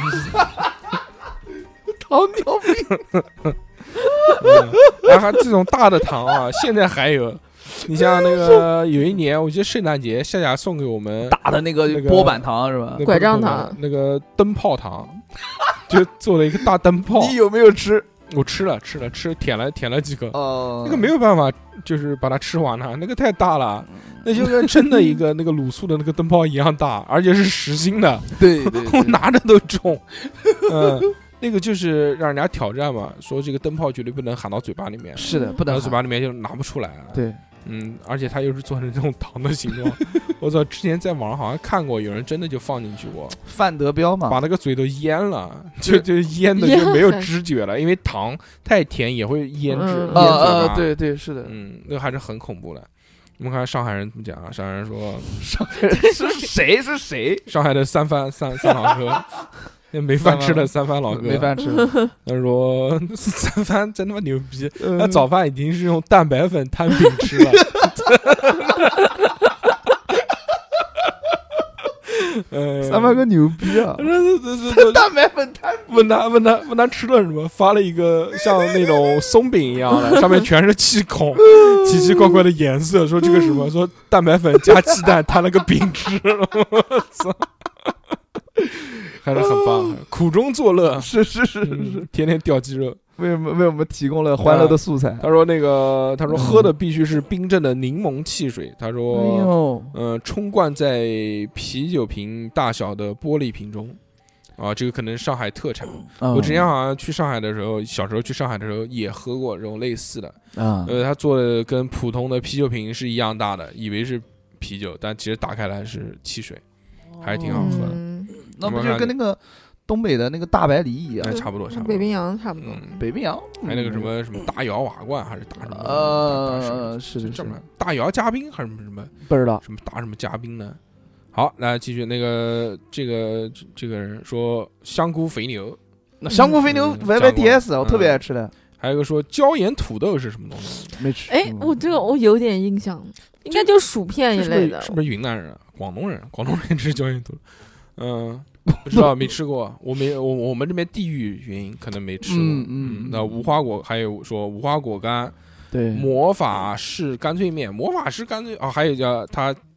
糖尿病。 然后这种大的糖啊，现在还有。你像那个有一年，我记得圣诞节夏送给我们大的那个波板糖是吧？ 拐杖糖， 那个灯泡糖，就做了一个大灯泡。 你有没有吃？ 我吃了，舔了几颗。那个没有办法，就是把它吃完了，那个太大了，那就跟真的一个那个卤素的那个灯泡一样大，而且是实心的。 对， 我拿着都重。那个就是让人家挑战嘛，说这个灯泡绝对不能含到嘴巴里面。 是的，不能嘴巴里面就拿不出来。 对， 而且它又是做成这种糖的形状。我操，之前在网上好像看过，有人真的就放进去过。 范德彪嘛， 把那个嘴都淹了，就淹的就没有知觉了，因为糖太甜也会腌制。 对，是的， 那个还是很恐怖的。我们看上海人怎么讲啊？上海人说， 上海人是谁？ 上海的三老哥。没饭吃的三番老哥， 没饭吃。 他说三番真他妈牛逼，他早饭已经是用蛋白粉摊饼吃了。 三番哥牛逼啊！蛋白粉摊饼。 问他吃了什么？发了一个像那种松饼一样的，上面全是气孔，奇奇怪怪的颜色。说这个什么？说蛋白粉加鸡蛋摊了个饼吃了。我操！还是很棒，苦中作乐， 是， 天天掉肌肉， 为我们提供了欢乐的素材。 他说喝的必须是冰镇的柠檬汽水。他说，冲灌在啤酒瓶大小的玻璃瓶中，啊，这个可能是上海特产。我之前好像去上海的时候，小时候去上海的时候也喝过这种类似的。他做的跟普通的啤酒瓶是一样大的，以为是啤酒，但其实打开来是汽水，还是挺好喝的。 那不就跟那个东北的那个大白梨一样？ 差不多。 北冰洋差不多。 北冰洋还有那个什么大窑瓦罐，还是大什么？ 是什么大窑嘉宾还是什么？ 不知道什么大什么嘉宾呢？好，来继续。那个这个人说香菇肥牛， 香菇肥牛 YYDS 我特别爱吃的。 还有一个说椒盐土豆是什么东西？ 没吃。 哎，我这个我有点印象，应该就是薯片一类的。 是不是云南人？广东人吃椒盐土豆。不知道，没吃过。我们这边地域原因可能没吃过。那无花果还有说无花果干， 对， 魔法式干脆面，魔法式干脆还有叫它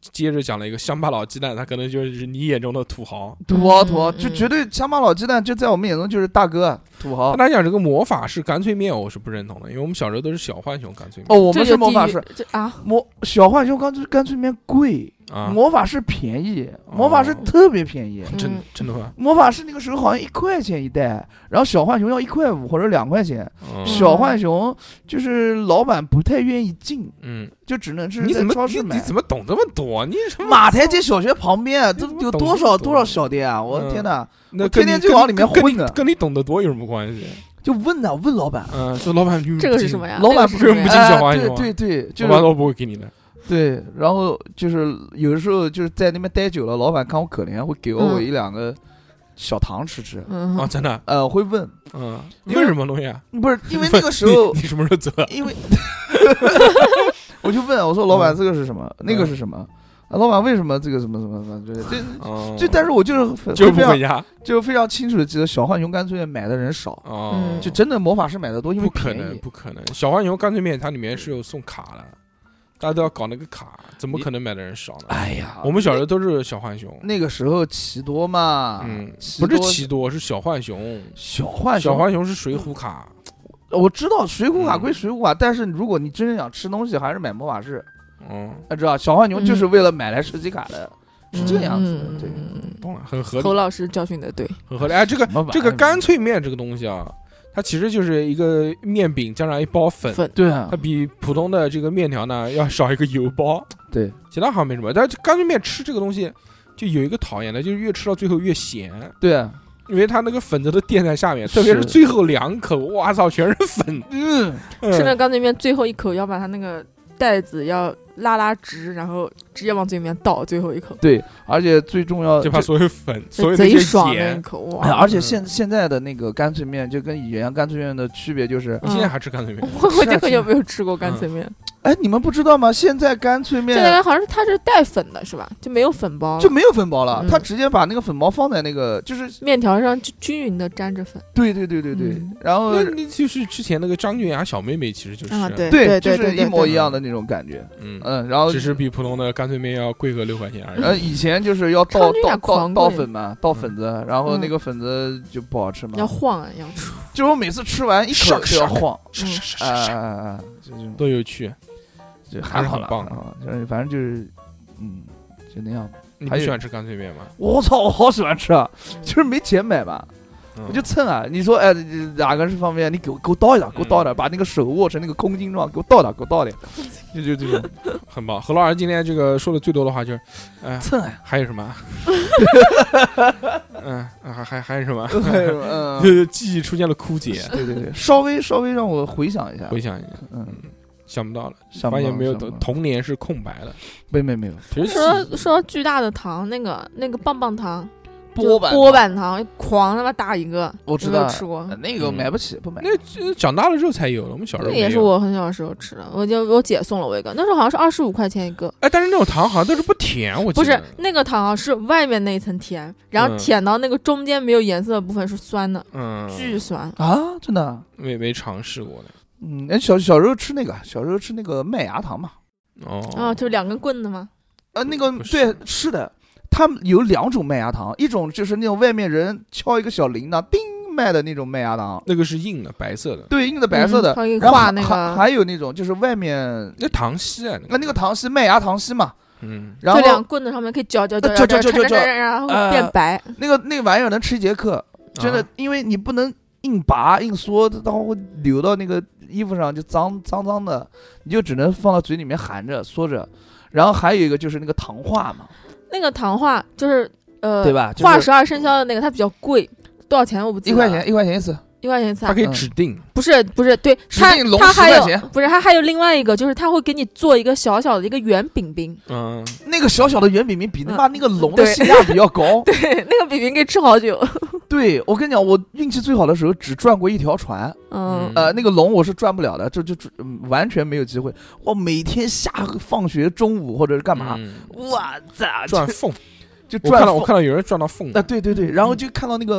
接着讲了一个乡巴佬鸡蛋，他可能就是你眼中的土豪， 就绝对乡巴佬鸡蛋，就在我们眼中就是大哥土豪。 跟他讲这个魔法式干脆面，我是不认同的，因为我们小时候都是小浣熊干脆面。 哦，我们是魔法式啊， 小浣熊干脆面贵。魔法师便宜，魔法师特别便宜， 真的吗？ 魔法师那个时候好像1块钱一袋，然后小浣熊要1块5或者2块钱。小浣熊就是老板不太愿意进，就只能是在超市买。 你怎么懂这么多？你马台街小学旁边都有多少小店啊！我的天哪，我天天就往里面混的。 跟你懂得多有什么关系？ 就问老板， 说老板这个是什么呀？ 老板不是不进小浣熊， 对， 老板都不会给你的。 对，然后就是有的时候就是在那边待久了，老板看我可怜，会给我1、2个小糖吃。 啊，真的？ 会问， 问什么东西啊？ 不是因为那个时候你什么时候走？ 因为我就问我说老板这个是什么？那个是什么？老板为什么这个什么就但是我就是不回家， 就非常清楚的记得小浣熊干脆面买的人少，就真的魔法师买的多，因为不可能，小浣熊干脆面它里面是有送卡的。大家都要搞那个卡，怎么可能买的人少呢？ 哎呀， 我们小时候都是小浣熊。 那个时候奇多嘛， 不是奇多，是小浣熊。小浣熊是水浒卡。 我知道水浒卡归水浒卡，但是如果你真正想吃东西，还是买魔法师。知道小浣熊就是为了买来吃鸡卡的，是这样子的。对， 懂了，很合理。 侯老师教训的对， 很合理。哎，这个干脆面这个东西啊。它其实就是一个面饼加上一包粉， 对啊， 它比普通的这个面条呢要少一个油包， 对， 其他好像没什么。但干脆面吃这个东西就有一个讨厌的，就是越吃到最后越咸， 对啊， 因为它那个粉子都垫在下面，特别是最后2口，哇操，全是粉。 吃那干脆面最后1口要把它那个袋子要拉直，然后直接往嘴里面倒最后1口。 对，而且最重要就把所有粉，所有贼爽那一口哇！ 而且现在的那个干脆面就跟以前干脆面的区别就是， 你现在还吃干脆面？ 我这个有没有吃过干脆面？ 哎，你们不知道吗？现在干脆面， 现在好像是它是带粉的，是吧？就没有粉包了， 就没有粉包了。他直接把那个粉包放在那个就是面条上，就均匀的沾着粉。 对。然后那就是之前那个张俊雅小妹妹，其实就是对，就是一模一样的那种感觉。然后只是比普通的干脆面要贵个6块钱而已。 以前就是要倒粉嘛，倒粉子，然后那个粉子就不好吃嘛， 要晃啊，要就我每次吃完一口就要晃， 多有趣。 还好了，就是反正就是，就那样。 你不喜欢吃干脆面吗？ 我操，我好喜欢吃啊！就是没钱买吧，我就蹭啊。你说，哎，哪个是方便？你给我倒一点，给我倒一点，把那个手握成那个空心状，给我倒点，就这种， 很棒。何老师今天这个说的最多的话就是， 蹭啊！ 还有什么？还有什么？记忆出现了枯竭。 对，稍微让我回想一下， 想不到了，发现没有童年是空白的， 没有。 说巨大的糖，那个棒棒糖， 波板糖，狂他妈大一个， 我知道吃过， 那个买不起，不买。 那长大了之后才有了，我们小时候那也是我很小的时候吃的，我姐送了我一个，那时候好像是25块钱一个。 哎，但是那种糖好像都是不甜，我记得不是那个糖是外面那一层甜，然后舔到那个中间没有颜色的部分是酸的，巨酸啊！真的没尝试过的。 小时候吃那个麦芽糖嘛。 就2根棍子吗？ 那个对，是的。他们有2种麦芽糖，一种就是那种外面人敲一个小铃铛叮卖的那种麦芽糖， 那个是硬的白色的， 对，硬的白色的。 然后还有那种就是外面那糖稀啊， 那个糖稀麦芽糖稀嘛，然后就2棍子上面可以搅，然后变白。 那个玩意儿能吃1节课，真的，因为你不能硬拔硬缩，然后会流到那个衣服上就脏的，你就只能放到嘴里面含着缩着。然后还有一个就是那个糖化嘛。 那个糖化就是对吧？ 化12生肖的那个，它比较贵，多少钱我不记得。 1块钱一次。 1块钱一次。 它可以指定。 不是，对，它还有不是，它还有另外一个，就是它会给你做一个小小的一个圆饼饼。 那个小小的圆饼饼比那个龙的性价比要高。 对，那个饼饼可以吃好久。 对，我跟你讲，我运气最好的时候只转过1条船。那个龙我是转不了的，这完全没有机会。我每天放学中午或者是干嘛，哇塞， 转缝， 就转。 我看到有人转到缝。 对，然后就看到那个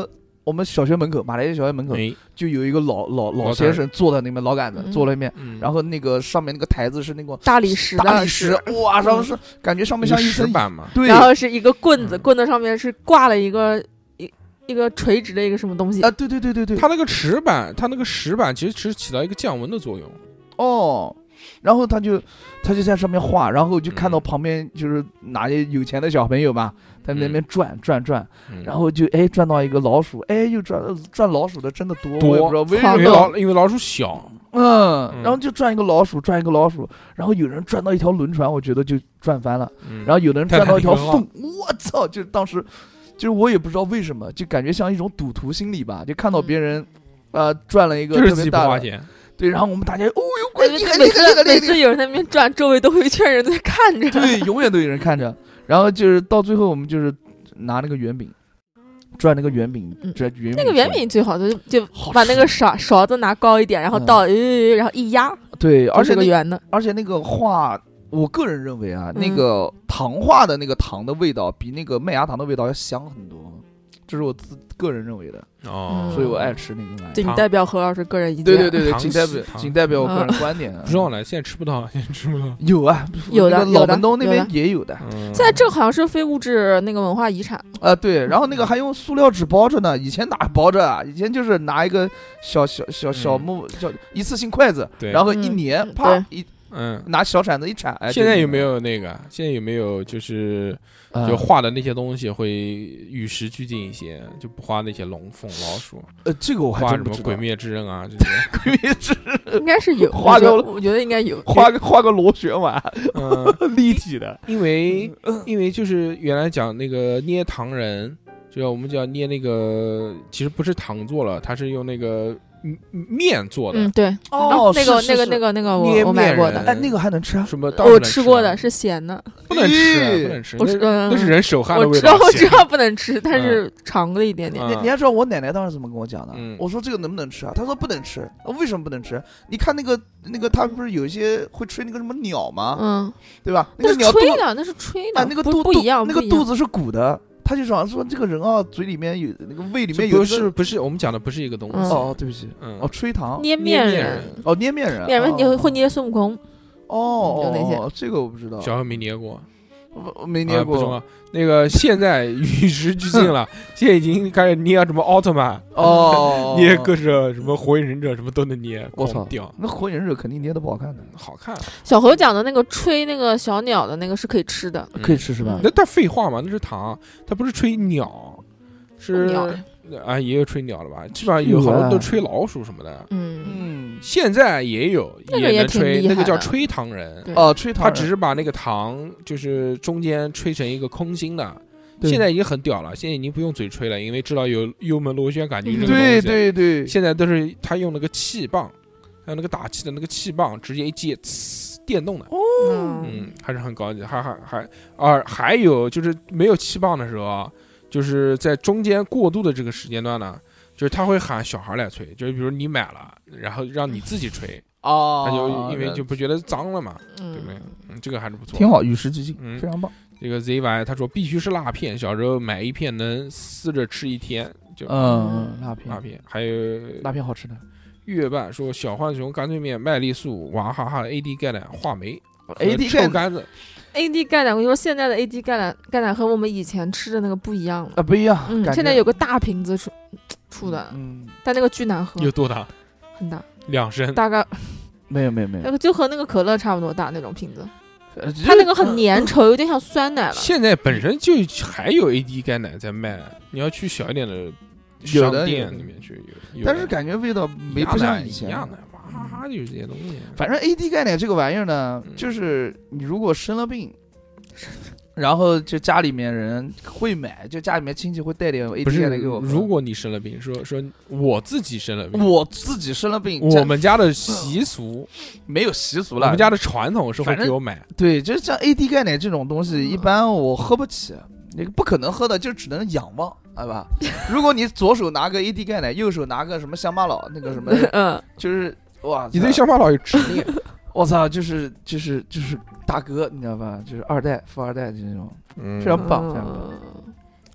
我们小学门口，马来西亚小学门口就有一个老先生坐在那边，老杆子坐在那边，然后那个上面那个台子是那个大理石， 哇，上面是感觉上面像一层板嘛， 对， 然后是一个棍子，棍子上面是挂了一个垂直的一个什么东西啊？对， 它那个石板其实起到一个降温的作用哦。然后他就在上面画，然后就看到旁边就是哪些有钱的小朋友嘛，在那边转，然后就转到一个老鼠，又转老鼠的真的多，我也不知道为什么，因为老鼠小， 然后就转一个老鼠，然后有人转到一条轮船，我觉得就转翻了，然后有的人转到一条缝，我操！就当时就是我也不知道为什么，就感觉像一种赌徒心理吧，就看到别人转了一个特别大的。对，然后我们大家快厉害！ 每次有人在那边转，周围都会一圈人在看着。 对，永远都有人看着。然后就是到最后，我们就是拿那个圆饼，转那个圆饼， 那个圆饼最好的就把那个勺子拿高一点，然后倒，然后一压， 对，而且个圆的。 而且那个画，我个人认为啊，那个糖画的那个糖的味道比那个麦芽糖的味道要香很多。这是我个人认为的所以我爱吃那个玩意。 仅代表何老师个人意见。 对，仅代表我个人观点。 不知道呢，现在吃不到， 有啊， 有的， 老门东那边也有的。 现在这个好像是非物质那个文化遗产对，然后那个还用塑料纸包着呢，以前哪包着啊？以前就是拿一个小木叫一次性筷子，然后一粘，啪拿小铲子一铲。 现在有没有那个？现在有没有就是画的那些东西会与时俱进一些，就不画那些龙凤老鼠？ 这个我还真不知道。 画什么鬼灭之刃啊这些？ 鬼灭之刃应该是有，我觉得应该有。 画个螺旋丸，立体的。 因为就是原来讲那个捏糖人，就我们叫捏那个，其实不是糖做了，它是用那个面做的。 对，那个我买过的。 那个还能吃啊？ 什么？ 我吃过的，是咸的， 不能吃。那是人手汗的味道。我知道不能吃，但是尝了一点点。 你还知道我奶奶当时怎么跟我讲的？我说这个能不能吃啊？她说不能吃。为什么不能吃？你看那个，他不是有一些会吹那个什么鸟吗？对吧？那个鸟吹的，那是吹的。 那个不一样， 那个肚子是鼓的。他就想说这个人啊，嘴里面有那个胃里面有不是我们讲的不是一个东西。 对不起，吹糖捏面人， 捏面人， 面人你会捏孙悟空？ 有那些，这个我不知道， 小何没捏过。 没捏过， 不重要。那个现在与时俱进了，现在已经开始捏什么奥特曼捏各种什么火影忍者什么都能捏。 我操，那火影忍者肯定捏的不好看的， 好看。 小何讲的那个吹那个小鸟的那个是可以吃的， 可以吃是吧？ 那他废话嘛，那是糖，他不是吹鸟，是也有吹鸟的吧？基本上有好多都吹老鼠什么的。现在也有也能吹，那个叫吹糖人。 吹糖人， 他只是把那个糖就是中间吹成一个空心的。现在已经很屌了，现在已经不用嘴吹了，因为知道有幽门螺旋杆菌这个东西。 对， 现在都是他用那个气棒，还有那个打气的那个气棒，直接一接，电动的。还是很高级。还有就是没有气棒的时候，就是在中间过渡的这个时间段呢，就是他会喊小孩来吹，就是比如你买了，然后让你自己吹。他就因为就不觉得脏了嘛，对不对？这个还是不错， 挺好，与时俱进，非常棒。 这个 ZY 他说必须是辣片，小时候买一片能撕着吃一天，就辣片， 还有辣片好吃的。 月半说小浣熊干脆面、麦丽素、娃哈哈 AD 钙奶、话梅、 AD 臭干子。 AD 钙奶，我跟你说，现在的 AD 钙奶和我们以前吃的那个不一样了不一样。 现在有个大瓶子出的，但那个巨难喝。 有多大？ 很大 ，2升。 大概没有， 就和那个可乐差不多大那种瓶子。它那个很粘稠，有点像酸奶了。 现在本身就还有 AD 钙奶在卖，你要去小一点的商店里面去有， 但是感觉味道不像以前一样的，娃哈哈就是这些东西。 反正 AD 钙奶这个玩意儿呢，就是你如果生了病，然后就家里面人会买，就家里面亲戚会带点 AD 钙奶给我。 如果你生了病，说我自己生了病，我们家的习俗没有习俗了， 我们家的传统是会给我买。 对，就是像 AD 钙奶这种东西，一般我喝不起，那个不可能喝的，就只能仰望，对吧？如果你左手拿个 AD 钙奶，右手拿个什么乡巴佬，那个什么，就是哇， 你对乡巴佬有执念。 我操，就是大哥，你知道吧？就是二代、富二代这种，非常棒，非常棒。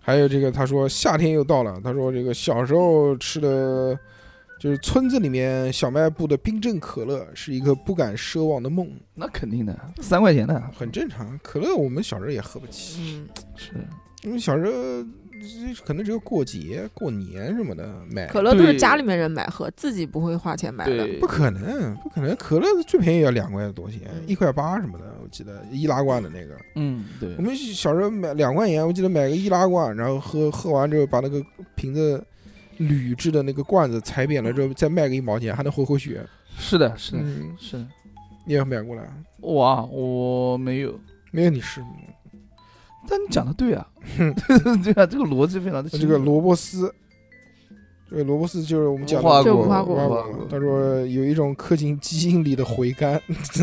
还有这个，他说夏天又到了，他说这个小时候吃的，就是村子里面小卖部的冰镇可乐，是一个不敢奢望的梦。 那肯定的，3块钱的， 很正常。可乐我们小时候也喝不起， 是因为小时候可能只有过节、过年什么的买。 可乐都是家里面人买喝，自己不会花钱买的。 不可能，可乐最便宜要2块多钱，1块8什么的，我记得易拉罐的那个。 对。 我们小时候买2块钱，我记得买个易拉罐，然后喝完之后把那个瓶子铝制的那个罐子踩扁了之后，再卖个1毛钱，还能回血。 是的。 你也买过来？ 我没有你是。 但你讲的对啊，对啊，这个逻辑非常的。 这个萝卜丝，就是我们讲的无花果。 他说有一种刻进基因里的回甘，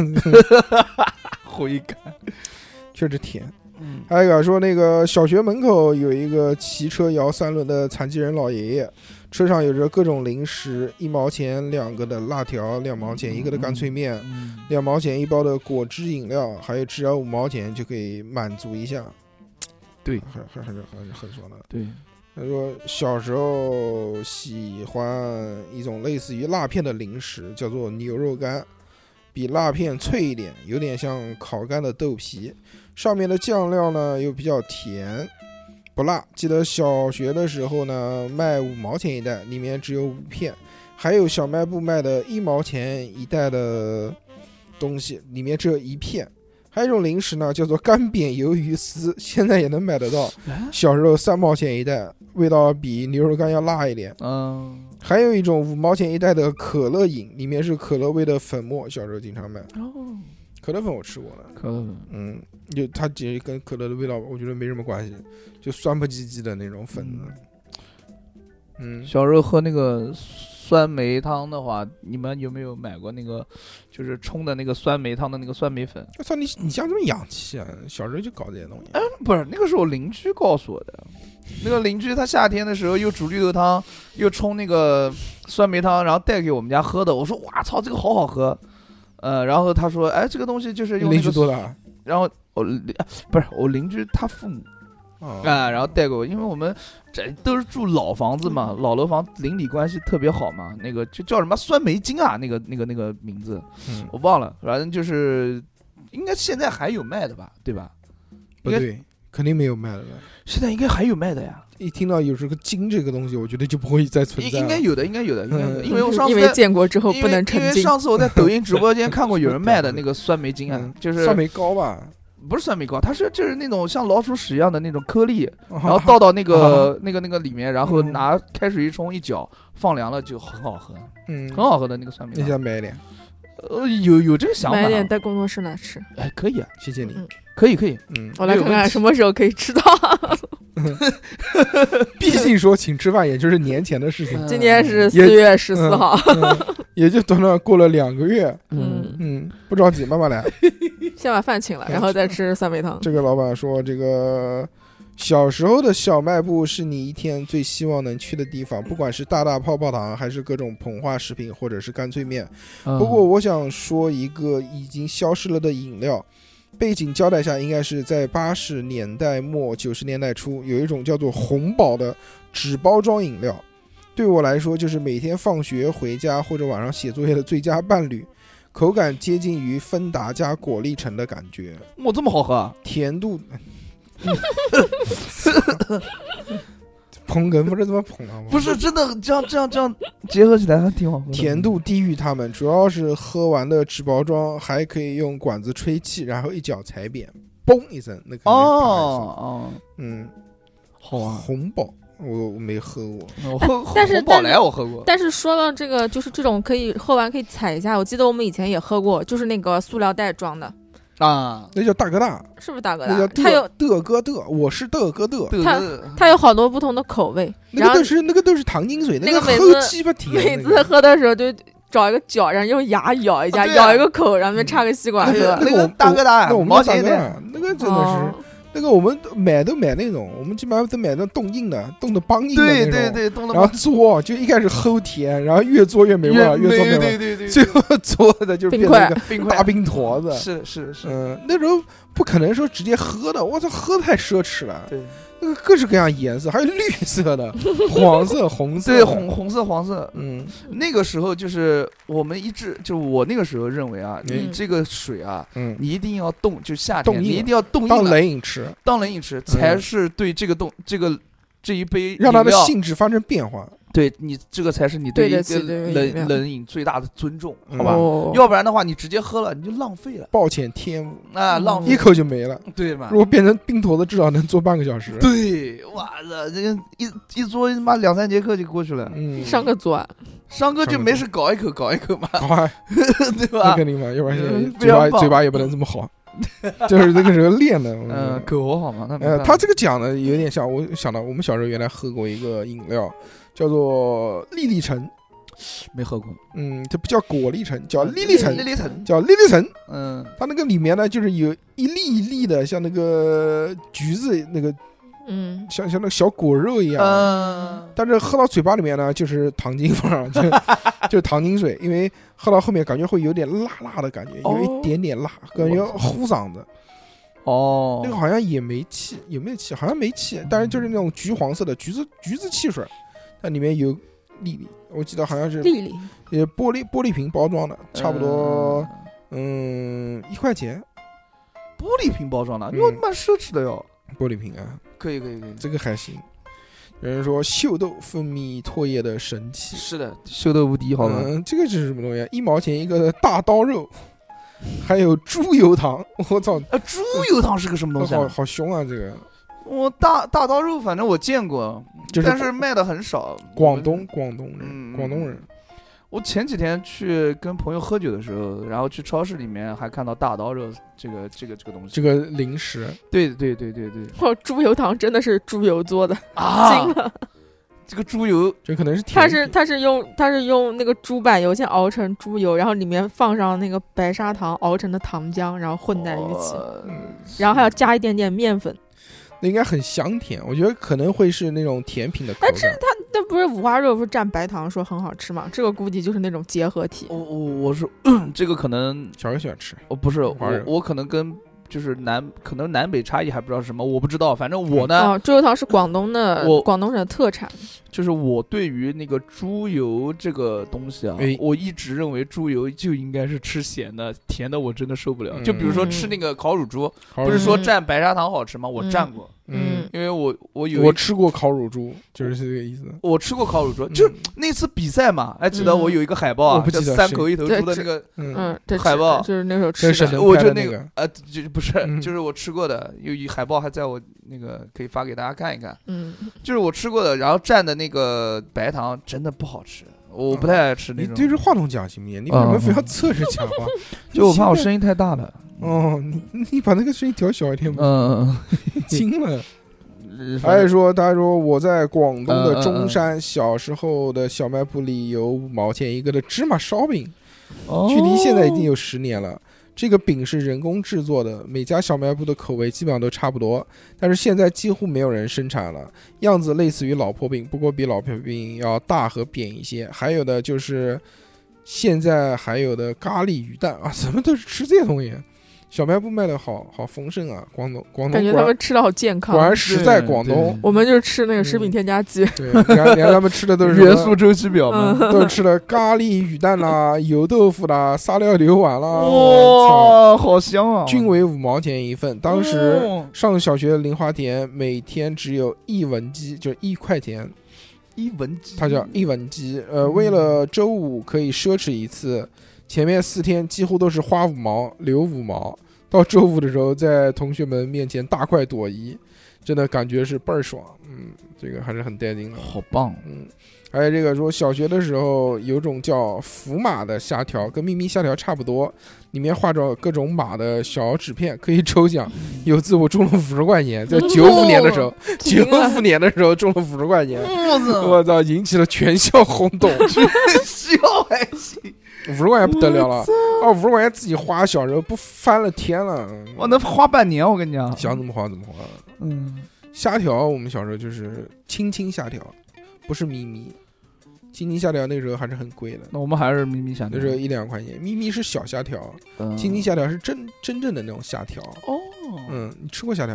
回甘， 确实甜。还有一个说那个小学门口有一个骑车摇3轮的残疾人老爷爷，车上有着各种零食，1毛钱2个的辣条，2毛钱1个的干脆面，2毛钱1包的果汁饮料，还有只要5毛钱就可以满足一下。 对， 还是很爽的。 对， 他说小时候喜欢一种类似于辣片的零食，叫做牛肉干，比辣片脆一点，有点像烤干的豆皮，上面的酱料呢又比较甜，不辣。记得小学的时候呢，卖5毛钱一袋，里面只有5片，还有小卖部卖的1毛钱一袋的东西，里面只有1片。还有一种零食呢，叫做干煸鱿鱼丝，现在也能买得到。小时候3毛钱一袋，味道比牛肉干要辣一点。还有一种5毛钱一袋的可乐饮，里面是可乐味的粉末，小时候经常买。可乐粉我吃过了。 可乐粉， 就它其实跟可乐的味道，我觉得没什么关系，就酸不唧唧的那种粉子。 小时候喝那个酸梅汤的话，你们有没有买过那个，就是冲的那个酸梅汤的那个酸梅粉？ 我操，你像这么洋气啊！小时候就搞这些东西。 不是，那个是我邻居告诉我的。那个邻居他夏天的时候又煮绿豆汤，又冲那个酸梅汤，然后带给我们家喝的。我说哇操，这个好好喝。然后他说，这个东西就是用那个。 邻居多大？ 然后不是我邻居他父母。然后带给我，因为我们这都是住老房子嘛，老楼房邻里关系特别好嘛，那个就叫什么酸梅精啊，那个名字，我忘了，反正就是应该现在还有卖的吧，对吧？ 不对，肯定没有卖的吧？ 现在应该还有卖的呀。 一听到有这个精这个东西，我觉得就不会再存在了。 应该有的，因为我上次因为建国之后不能成精。 因为上次我在抖音直播间看过有人卖的那个酸梅精啊，就是酸梅膏吧。 不是酸梅膏，它就是那种像老鼠屎一样的那种颗粒，然后倒到那个里面，然后拿开水一冲一搅，放凉了就很好喝，很好喝的那个酸梅。 你想买一点？ 有这个想法。 买一点带工作室来吃。 可以啊， 谢谢你。 可以。 我来看看什么时候可以吃到。 毕竟说请吃饭，也就是年前的事情。 今天是4月14号， 也就短短过了2个月。不着急，慢慢来。 先把饭请了，然后再吃酸梅汤。 这个老板说，这个小时候的小卖部是你一天最希望能去的地方，不管是大大泡泡糖，还是各种膨化食品，或者是干脆面。不过我想说一个已经消失了的饮料。背景交代下，应该是在80年代末90年代初，有一种叫做红宝的纸包装饮料，对我来说就是每天放学回家或者晚上写作业的最佳伴侣。口感接近于芬达加果粒橙的感觉。 这么好喝啊！ 甜度捧哏不是这么捧啊？ 不是真的，这样结合起来还挺好喝。 甜度低于它们，主要是喝完的纸包装还可以用管子吹气，然后一脚踩扁，嘣一声，那个好啊， 红宝。我没喝过， 但是红宝来我喝过。 但是说到这个，就是这种可以喝完可以踩一下。我记得我们以前也喝过，就是那个塑料袋装的啊， 那叫大哥大， 是不是大哥大？ 那叫它有的哥的，我是的哥的， 它有好多不同的口味。 那个都是糖精水，那个齁鸡巴甜。 每次喝的时候就找一个角，然后用牙咬一下，咬一个口，然后插个吸管喝。 那个大哥大， 那我们大哥大，那个真的是。那个我们买那种，我们基本上都买那冻硬的，冻的梆硬的那种。 对， 冻的。然后做就一开始齁甜，然后越做越没味儿，越做没味儿。对，最后做的就是变成一个大冰坨子。 是。 那时候不可能说直接喝的，我操，喝太奢侈了。 对， 那个各式各样颜色，还有绿色的、黄色、红色， 对，红色、黄色。那个时候就是我们就我那个时候认为啊，你这个水啊，你一定要冻，就夏天你一定要冻当冷饮吃， 才是对这一杯让它的性质发生变化。 对你这个才是你对一个冷饮最大的尊重，好吧？要不然的话，你直接喝了你就浪费了。 暴殄天物啊，浪费一口就没了， 对吧？ 如果变成冰坨子，至少能坐半个小时。 对，哇塞，这个一坐他妈2-3节课就过去了。 上课做， 上课就没事搞一口嘛，对吧？ 那肯定嘛，要不然嘴巴也不能这么好。就是这个时候练的， 口活好嘛？ 他这个讲的有点像，我想到我们小时候原来喝过一个饮料，叫做粒粒橙， 没喝过。 这不叫果粒橙，叫粒粒橙，叫粒粒橙。它那个里面呢，就是有一粒一粒的，像那个橘子那个。像那个小果肉一样，但是喝到嘴巴里面呢，就是糖精味儿，就是糖精水，因为喝到后面感觉会有点辣辣的感觉，有一点点辣，感觉糊嗓子。那个好像也没气，有没有气？好像没气，但是就是那种橘黄色的橘子汽水，它里面有粒粒，我记得好像是粒粒， 玻璃瓶包装的，差不多1块钱。 玻璃瓶包装的，哟，蛮奢侈的哟。 玻璃瓶啊， 可以， 这个还行。有人说秀豆分泌唾液的神器， 是的，秀豆无敌，好吗？ 这个是什么东西？1毛钱一个的大刀肉，还有猪油糖。我操， 猪油糖是个什么东西？ 好凶啊！这个我大刀肉，反正我见过，但是卖的很少。 广东人。 我前几天去跟朋友喝酒的时候，然后去超市里面还看到大刀肉这个东西， 这个零食。 对。 猪油糖真的是猪油做的啊！惊了， 这个猪油这可能是甜品。 它是用那个猪柏油先熬成猪油，然后里面放上那个白砂糖熬成的糖浆，然后混在一起，然后还要加一点点面粉。 那应该很香甜，我觉得可能会是那种甜品的口感。 但是它不是五花肉不是蘸白糖说很好吃吗？这个估计就是那种结合体。 我说这个可能小孩喜欢吃。 不是我可能跟就是可能南北差异还不知道是什么，我不知道。反正我呢， 猪油糖是广东省的特产。 就是我对于那个猪油这个东西啊，我一直认为猪油就应该是吃咸的，甜的我真的受不了。就比如说吃那个烤乳猪，不是说蘸白砂糖好吃吗？我蘸过。因为我吃过烤乳猪，就是这个意思。 我吃过烤乳猪，就那次比赛嘛，还记得我有一个海报啊，叫3口1头猪的那个海报， 就是那时候吃的。 我就那个就不是，就是我吃过的，有一海报还在我那个可以发给大家看一看。就是我吃过的，然后蘸的那个白糖真的不好吃，我不太爱吃那种。 你对着话筒讲行不行？你为什么非要侧着讲话？ 就我怕我声音太大了。 你把那个声音调小一点嘛。惊了。大家说我在广东的中山，小时候的小卖部里有5毛钱一个的芝麻烧饼，距离现在已经有10年了。这个饼是人工制作的，每家小卖部的口味基本上都差不多，但是现在几乎没有人生产了，样子类似于老婆饼，不过比老婆饼要大和扁一些。还有的就是现在还有的咖喱鱼蛋啊，怎么都是吃这些东西。小卖部卖的好丰盛啊！广东感觉他们吃的好健康， 果然实在广东。 我们就是吃那个食品添加剂。 对，你看他们吃的都是元素周期表嘛， 都是吃的咖喱鱼蛋啦、油豆腐啦、沙料牛丸啦。 哇，好香啊！ 均为5毛钱一份。当时上小学的零花钱每天只有1文鸡，就1块钱。 1文鸡， 它叫1文鸡。为了周5可以奢侈一次。前面4天几乎都是花5毛留5毛，到周5的时候在同学们面前大快朵颐，真的感觉是倍儿爽。这个还是很带劲的， 好棒。 还有这个说小学的时候有种叫福马的虾条，跟咪咪虾条差不多，里面画着各种马的小纸片，可以抽奖。有次我中了50块钱，在95年的时候，95年的时候中了50块钱，我操，引起了全校轰动。 全校还行。 50块钱不得了了，50块钱自己花，小时候不翻了天了。 我能花半年，我跟你讲， 想怎么花怎么花。虾条我们小时候就是青虾条，不是咪咪。青虾条那时候还是很贵的。 那我们还是咪咪虾条， 那时候1-2块钱。咪咪是小虾条，青虾条是真正的那种虾条。你吃过虾条吗？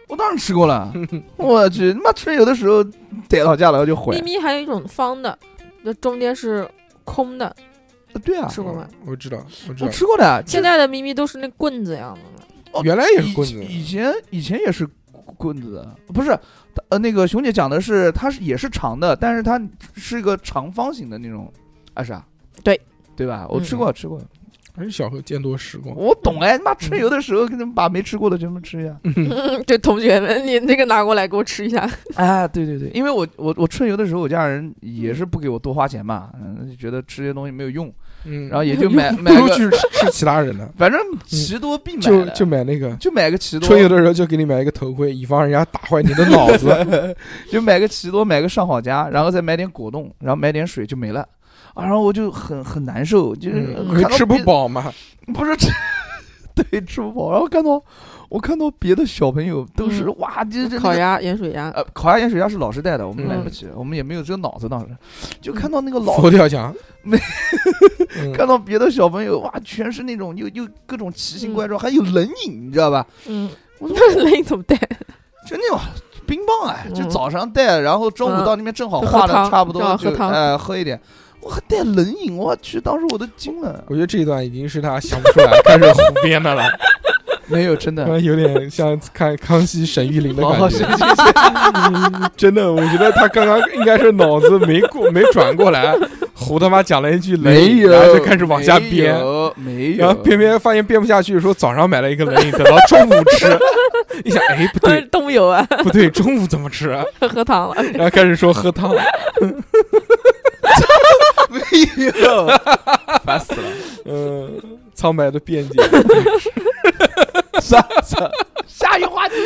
我当然吃过了。我去，他妈春游的时候逮到家了就毁。 咪咪还有一种方的，就中间是空的。 对啊， 吃过吗？ 我知道， 我吃过的。 现在的咪咪都是那棍子样的了。 原来也是棍子。 以前也是棍子的，不是。那个熊姐讲的是，它也是长的，但是它是一个长方形的那种，是啊，对吧？我吃过。 还是小何见多识广， 我懂哎，妈春游的时候，给他们把没吃过的全部吃一下。 对，同学们，你那个拿过来给我吃一下。 哎，对，因为我春游的时候，我家人也是不给我多花钱嘛，就觉得吃这些东西没有用，然后也就买个去吃其他人的， 反正奇多必买， 就买那个， 就买个奇多。 春游的时候就给你买一个头盔，以防人家打坏你的脑子， 就买个奇多，买个上好佳，然后再买点果冻，然后买点水就没了。然后我就很难受，就是吃不饱嘛， 不是吃，对，吃不饱。然后我看到别的小朋友都是哇，这烤鸭、盐水鸭， 烤鸭、盐水鸭是老师带的，我们买不起，我们也没有这个脑子当时。就看到那个佛跳墙， 没看到别的小朋友哇，全是那种又各种奇形怪状，还有冷饮，你知道吧？ 我说冷饮怎么带？ 就那种冰棒哎，就早上带，然后中午到那边正好化的差不多，就喝一点。我还带冷饮，我去！当时我都惊了。 我觉得这一段已经是他想不出来，开始胡编的了。 没有，真的有点像看康熙沈玉琳的感觉。真的，我觉得他刚刚应该是脑子没转过来，胡他妈讲了一句冷饮，然后就开始往下编， 没有， 然后编发现编不下去，说早上买了一个冷饮，等到中午吃。一想，哎，不对， 动物有啊， 不对，中午怎么吃啊？ 喝汤了， 然后开始说喝汤。 没有，烦死了。 苍白的辩解。 下一个话题。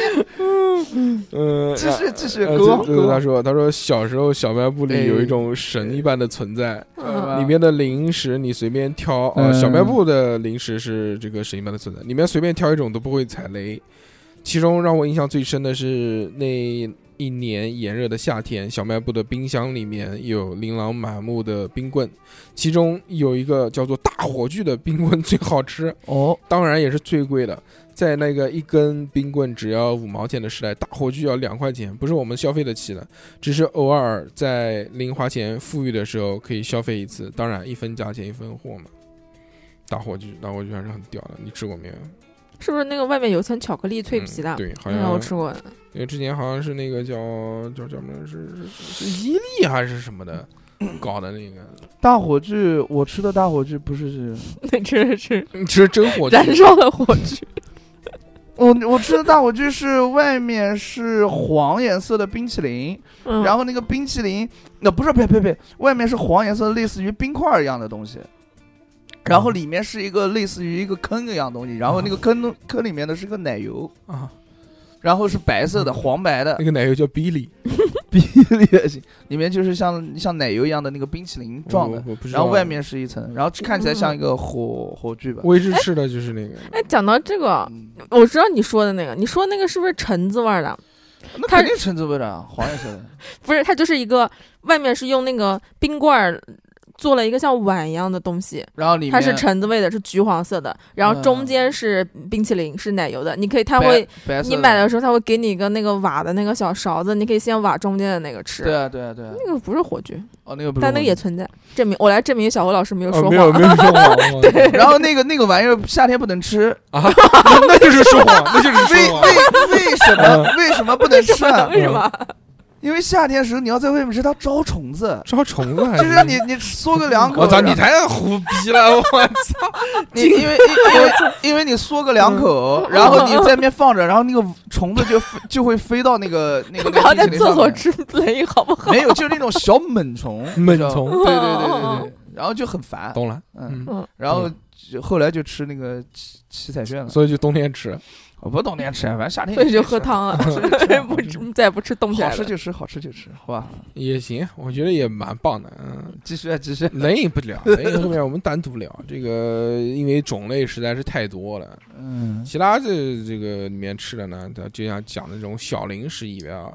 继续。 他说小时候小卖部里有一种神一般的存在，里面的零食你随便挑。小卖部的零食是这个神一般的存在，里面随便挑一种都不会踩雷。其中让我印象最深的是那一年炎热的夏天，小卖部的冰箱里面有琳琅满目的冰棍，其中有一个叫做大火炬的冰棍最好吃当然也是最贵的。在那个一根冰棍只要5毛钱的时代，大火炬要2块钱，不是我们消费得起的，只是偶尔在零花钱富裕的时候可以消费一次，当然1分价钱1分货嘛。大火炬还是很屌的，你吃过没有？ 是不是那个外面有层巧克力脆皮的？ 对，好像我吃过。 因为之前好像是那个叫什么，是伊利还是什么的搞的那个大火炬。我吃的大火炬不是那吃真火炬， 燃烧的火炬。 我吃的大火炬是外面是黄颜色的冰淇淋，然后那个冰淇淋不是呸，外面是黄颜色的类似于冰块一样的东西。然后里面是一个类似于一个坑一样东西，然后那个坑里面的是个奶油然后是白色的黄白的， 那个奶油叫比利也行，里面就是像奶油一样的那个冰淇淋状的，然后外面是一层，然后看起来像一个火炬吧。 我一直吃的就是那个。 讲到这个，我知道你说的那个，你说那个是不是橙子味的？ 那肯定橙子味的，黄颜色的。 不是，它就是一个外面是用那个冰棍做了一个像碗一样的东西， 然后里面它是橙子味的，是橘黄色的，然后中间是冰淇淋，是奶油的。它会，你买的时候它会给你一个那个挖的那个小勺子，你可以先挖中间的那个吃。 对啊。 那个不是火炬那个不是， 但那个也存在。我来证明小侯老师没有说谎， 没有说谎。 对，然后那个玩意儿夏天不能吃那就是说谎，那就是说谎。 为什么不能吃啊？ 为什么？ 因为夏天的时候你要在外面吃，它招虫子，就是让你嗦个2口。 我操，你才胡逼了！我操， 因为你嗦个2口，然后你在那边放着，然后那个虫子就会飞到那个不要在厕所吃雷好不好？ 没有，就是那种小螨虫。 对， 然后就很烦。 懂了， 然后后来就吃那个七彩炫了， 所以就冬天吃。 我不冬天吃，反正夏天所以就喝汤了，再也不吃冻起来了。 好吃就吃，好吧？ 也行，我觉得也蛮棒的。 继续。 冷饮不聊，冷饮后面我们单独聊这个，因为种类实在是太多了。其他这个里面吃的呢，就像讲的这种小零食以外啊，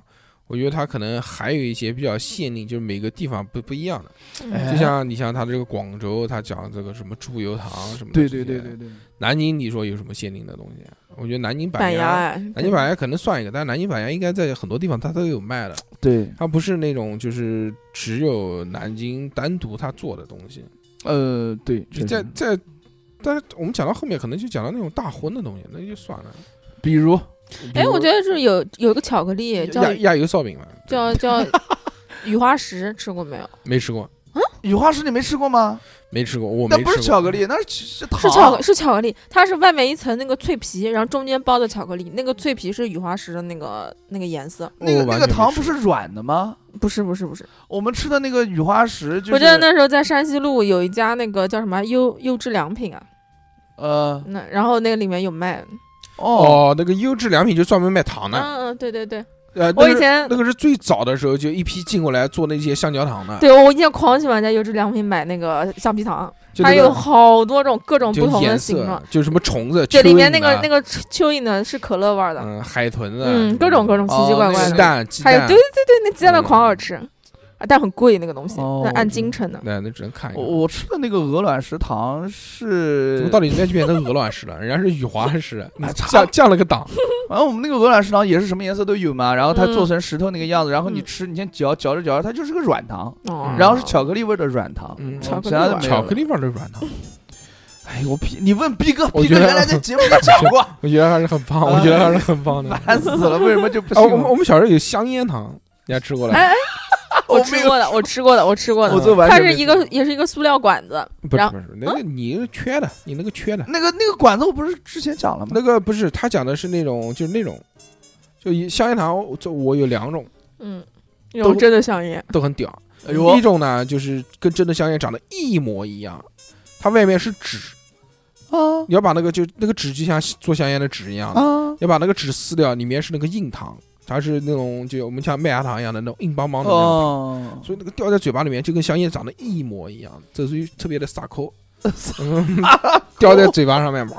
我觉得它可能还有一些比较限定，就是每个地方不一样的。就像你像它这个广州，它讲这个什么猪油糖什么的。 对。 南京你说有什么限定的东西？我觉得南京板鸭可能算一个，但是南京板鸭应该在很多地方它都有卖的。 对， 它不是那种就是只有南京单独它做的东西。 对， 但是我们讲到后面可能就讲到那种大荤的东西，那就算了。 比如我觉得是有一个巧克力叫压油烧饼嘛， 叫雨花石，吃过没有？ 没吃过。 雨花石你没吃过吗？ 没吃过，我没吃过。 那不是巧克力，那是糖。 是巧克力，它是外面一层那个脆皮，然后中间包的巧克力，那个脆皮是雨花石的那个颜色。 那个糖不是软的吗？ 不是。 我们吃的那个雨花石就是。 我记得那时候在山西路有一家那个叫什么优质良品啊。然后那个里面有卖。 那个优质良品就专门卖糖的。 对。 我以前那个是最早的时候就一批进过来做那些橡胶糖的。 对，我以前狂喜欢在优质良品买那个橡皮糖，还有好多种各种不同的形状， 就什么虫子， 对，里面那个蚯蚓的是可乐味的， 海豚的， 各种奇奇怪怪的鸡蛋， 还有对，那鸡蛋狂好吃。但很贵那个东西，那按斤称的。 那只能看一看。 我吃的那个鹅卵石糖是， 怎么到底应该就变成鹅卵石了？人家是雨花石，降了个档。 反正我们那个鹅卵石糖也是什么颜色都有嘛，然后它做成石头那个样子，然后你吃，你先嚼着，它就是个软糖，然后是巧克力味的软糖， 巧克力味的软糖。 哎，你问逼哥原来在节目里讲过， 我觉得还是很棒，的， 烦死了，为什么就不行？ 我们小时候有香烟糖，你还吃过了？ 我吃过的，它是也是一个塑料管子。 不是，那个你缺的，你那个缺的。 那个管子我不是之前讲了吗？ 那个不是，他讲的是那种，就是那种，就香烟糖，我有2种， 有真的香烟， 都很屌。一种呢，就是跟真的香烟长得一模一样，它外面是纸你要把那个纸就像做香烟的纸一样要把那个纸撕掉，里面是那个硬糖。它是那种就我们像麦芽糖一样的那种硬邦邦的那种，所以那个掉在嘴巴里面就跟香烟长得一模一样，这属于特别的撒口，掉在嘴巴上面，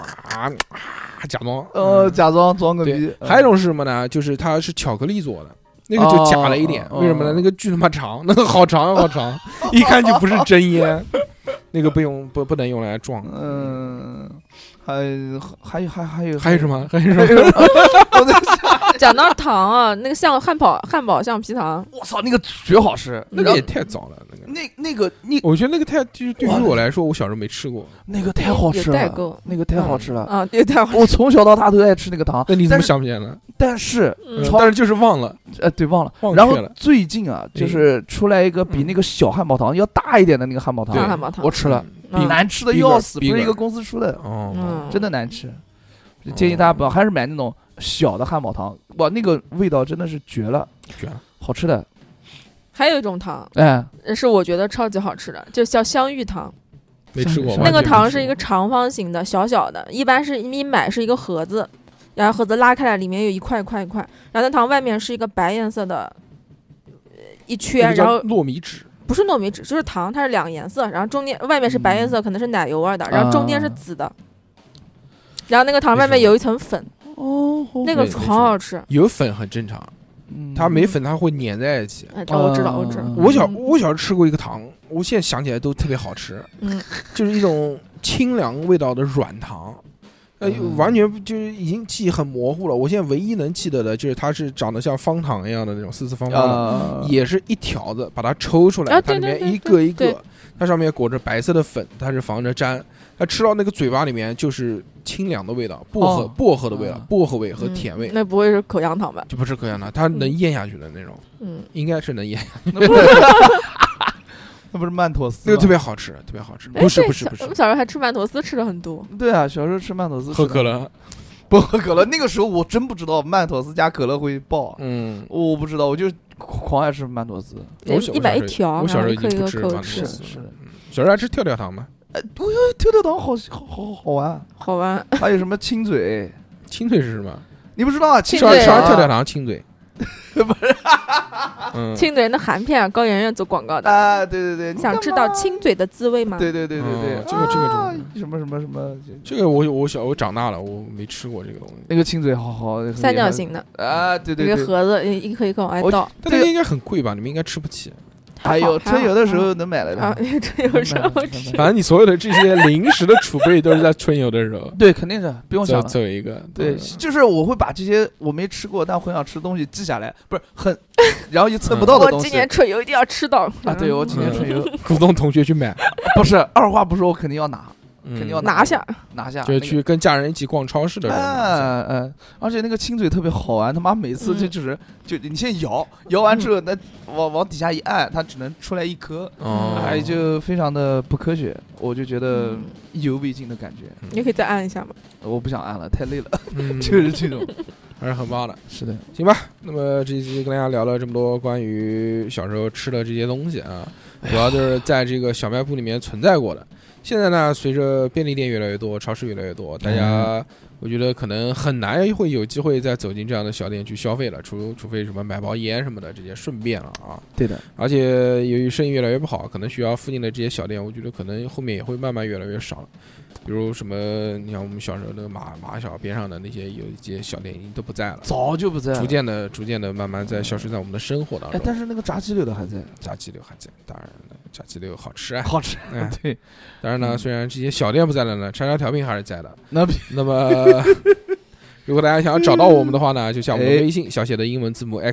假装装个逼。 还有一种是什么呢？就是它是巧克力做的，那个就假了一点，为什么呢？那个巨他妈长，那个好长，一看就不是真烟，那个不能用来装。 还有什么？ 讲到糖啊，那个像汉堡橡皮糖， 我操，那个绝好吃， 那个也太早了， 那个我觉得那个就是对于我来说，我小时候没吃过， 那个太好吃了，那个太好吃了啊，也太好吃。 我从小到大都爱吃那个糖， 那你怎么想不起来了？ 但是就是忘了， 对，忘了。然后最近啊，就是出来一个比那个小汉堡糖要大一点的那个汉堡糖，我吃了，难吃的要死，不是一个公司出的，真的难吃。建议大家不要，还是买那种小的汉堡糖，哇，那个味道真的是绝了，好吃的。 还有一种糖，是我觉得超级好吃的，就叫香芋糖。 没吃过。 那个糖是一个长方形的，小小的，一般是你买是一个盒子，然后盒子拉开来，里面有一块一块，然后那糖外面是一个白颜色的一圈，然后糯米纸。 不是糯米纸，就是糖，它是2个颜色，然后中间外面是白颜色，可能是奶油味的，然后中间是紫的。然后那个糖外面有一层粉，那个好好吃。 有粉很正常，它没粉它会粘在一起。 我知道。 我小时候吃过一个糖，我现在想起来都特别好吃。就是一种清凉味道的软糖，完全就是已经记忆很模糊了。我现在唯一能记得的就是它是长得像方糖一样的那种四四方方的，也是一条子，把它抽出来，它里面一个一个，它上面裹着白色的粉，它是防着粘。它吃到那个嘴巴里面就是清凉的味道，薄荷的味道，薄荷味和甜味。 那不会是口香糖吧？ 就不是口香糖，它能咽下去的那种。应该是能咽下去。 那不是曼妥思？ 那个特别好吃，特别好吃。不是。 我们小时候还吃曼妥思，吃的很多。 对啊，小时候吃曼妥思， 喝可乐。 不喝可乐，那个时候我真不知道曼妥思加可乐会爆。我不知道，我就狂爱吃曼妥思。 100一条， 我小时候已经不吃曼妥思。小时候爱吃跳跳糖吗？ 跳跳糖好玩，还有什么亲嘴？ 亲嘴是什么？ 你不知道啊？ 亲嘴跳跳糖亲嘴， 不是， 亲嘴的含片啊，高圆圆做广告的啊，对， 想知道亲嘴的滋味吗？ 对，这个什么， 这个我长大了，我没吃过这个东西。 那个亲嘴好， 三角形的啊，对， 一个盒子，一颗一颗往外倒， 但这个应该很贵吧？你们应该吃不起。 还有春游的时候能买来的， 春游时候吃。 反正你所有的这些零食的储备都是在春游的时候。 对，肯定是不用想了。 走一个， 对，就是我会把这些我没吃过但很想吃的东西记下来，不是很，然后又蹭不到的东西。 我今年春游一定要吃到啊！对，我今年春游鼓动同学去买， 不是二话不说，我肯定要拿。肯定要拿下， 就去跟家人一起逛超市的人。 而且那个亲嘴特别好玩，他妈每次就你先摇完之后，那往底下一按，它只能出来一颗，就非常的不科学，我就觉得意犹未尽的感觉。 你可以再按一下吗？ 我不想按了，太累了，就是这种， 还是很棒的。 是的， 行吧。那么这期跟大家聊了这么多关于小时候吃的这些东西啊，主要就是在这个小卖部里面存在过的。现在呢，随着便利店越来越多，超市越来越多，大家我觉得可能很难会有机会再走进这样的小店去消费了，除非什么买包烟什么的这些顺便了啊。 对的， 而且由于生意越来越不好，可能学校附近的这些小店，我觉得可能后面也会慢慢越来越少了。比如什么，你像我们小时候那个马小边上的那些有一些小店已经都不在了， 早就不在了， 逐渐的慢慢在消失在我们的生活当中。 但是那个炸鸡柳的还在， 炸鸡柳还在，当然了，炸鸡柳好吃啊， 好吃。对， 当然呢，虽然这些小店不在了呢，叉叉调频还是在的。那么。如果大家想要找到我们的话呢，就像我们的微信小写的英文字母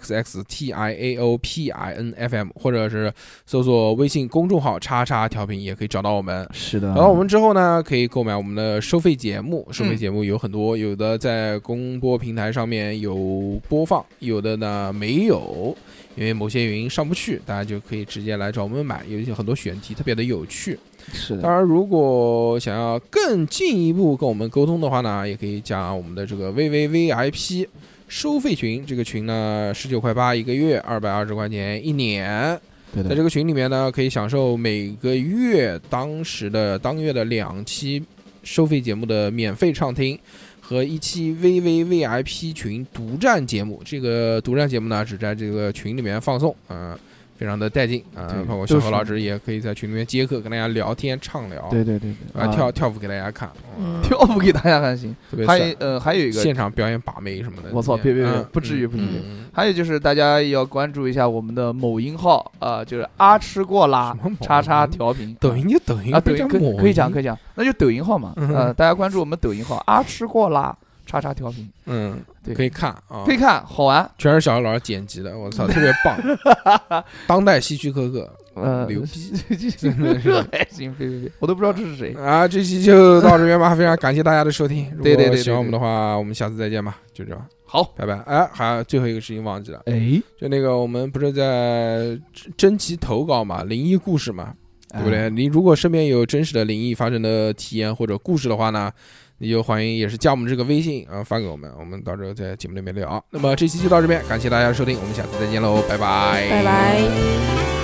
XXTIAOPINFM， 或者是搜索微信公众号叉叉调频也可以找到我们。 是的， 找到我们之后呢，可以购买我们的收费节目。收费节目有很多，有的在公播平台上面有播放，有的呢没有，因为某些原因上不去，大家就可以直接来找我们买，有一些很多选题特别的有趣。 是的， 当然，如果想要更进一步跟我们沟通的话呢，也可以加我们的这个 VVVIP 收费群。这个群呢，19.8块一个月，220块钱一年。 对的， 在这个群里面呢，可以享受每个月当月的2期收费节目的免费畅听，和1期 VVVIP 群独占节目。这个独占节目呢，只在这个群里面放送非常的带劲啊！包括小何老师也可以在群里面接客，跟大家聊天畅聊。 对， 跳舞给大家看， 跳舞给大家看行。还有一个现场表演把妹什么的。 我操，别，不至于。还有就是大家要关注一下我们的某音号就是阿吃过啦叉叉调频。 抖音就抖音啊，抖音可以讲，那就抖音号嘛。大家关注我们抖音号阿吃过啦叉叉调频。对， 可以看啊， 可以看，好玩， 全是小何老师剪辑的，我操，特别棒，当代希区柯克，牛逼， 真的是还行，我都不知道这是谁啊。这期就到这边吧，非常感谢大家的收听，如果喜欢我们的话，我们下次再见吧，就这样， 好， 拜拜。还有最后一个事情忘记了，就那个我们不是在征集投稿嘛，灵异故事嘛，对不对？你如果身边有真实的灵异发生的体验或者故事的话呢，你就欢迎也是加我们这个微信发给我们，我们到时候在节目里面聊。那么这期就到这边，感谢大家的收听，我们下次再见喽，拜拜， 拜拜。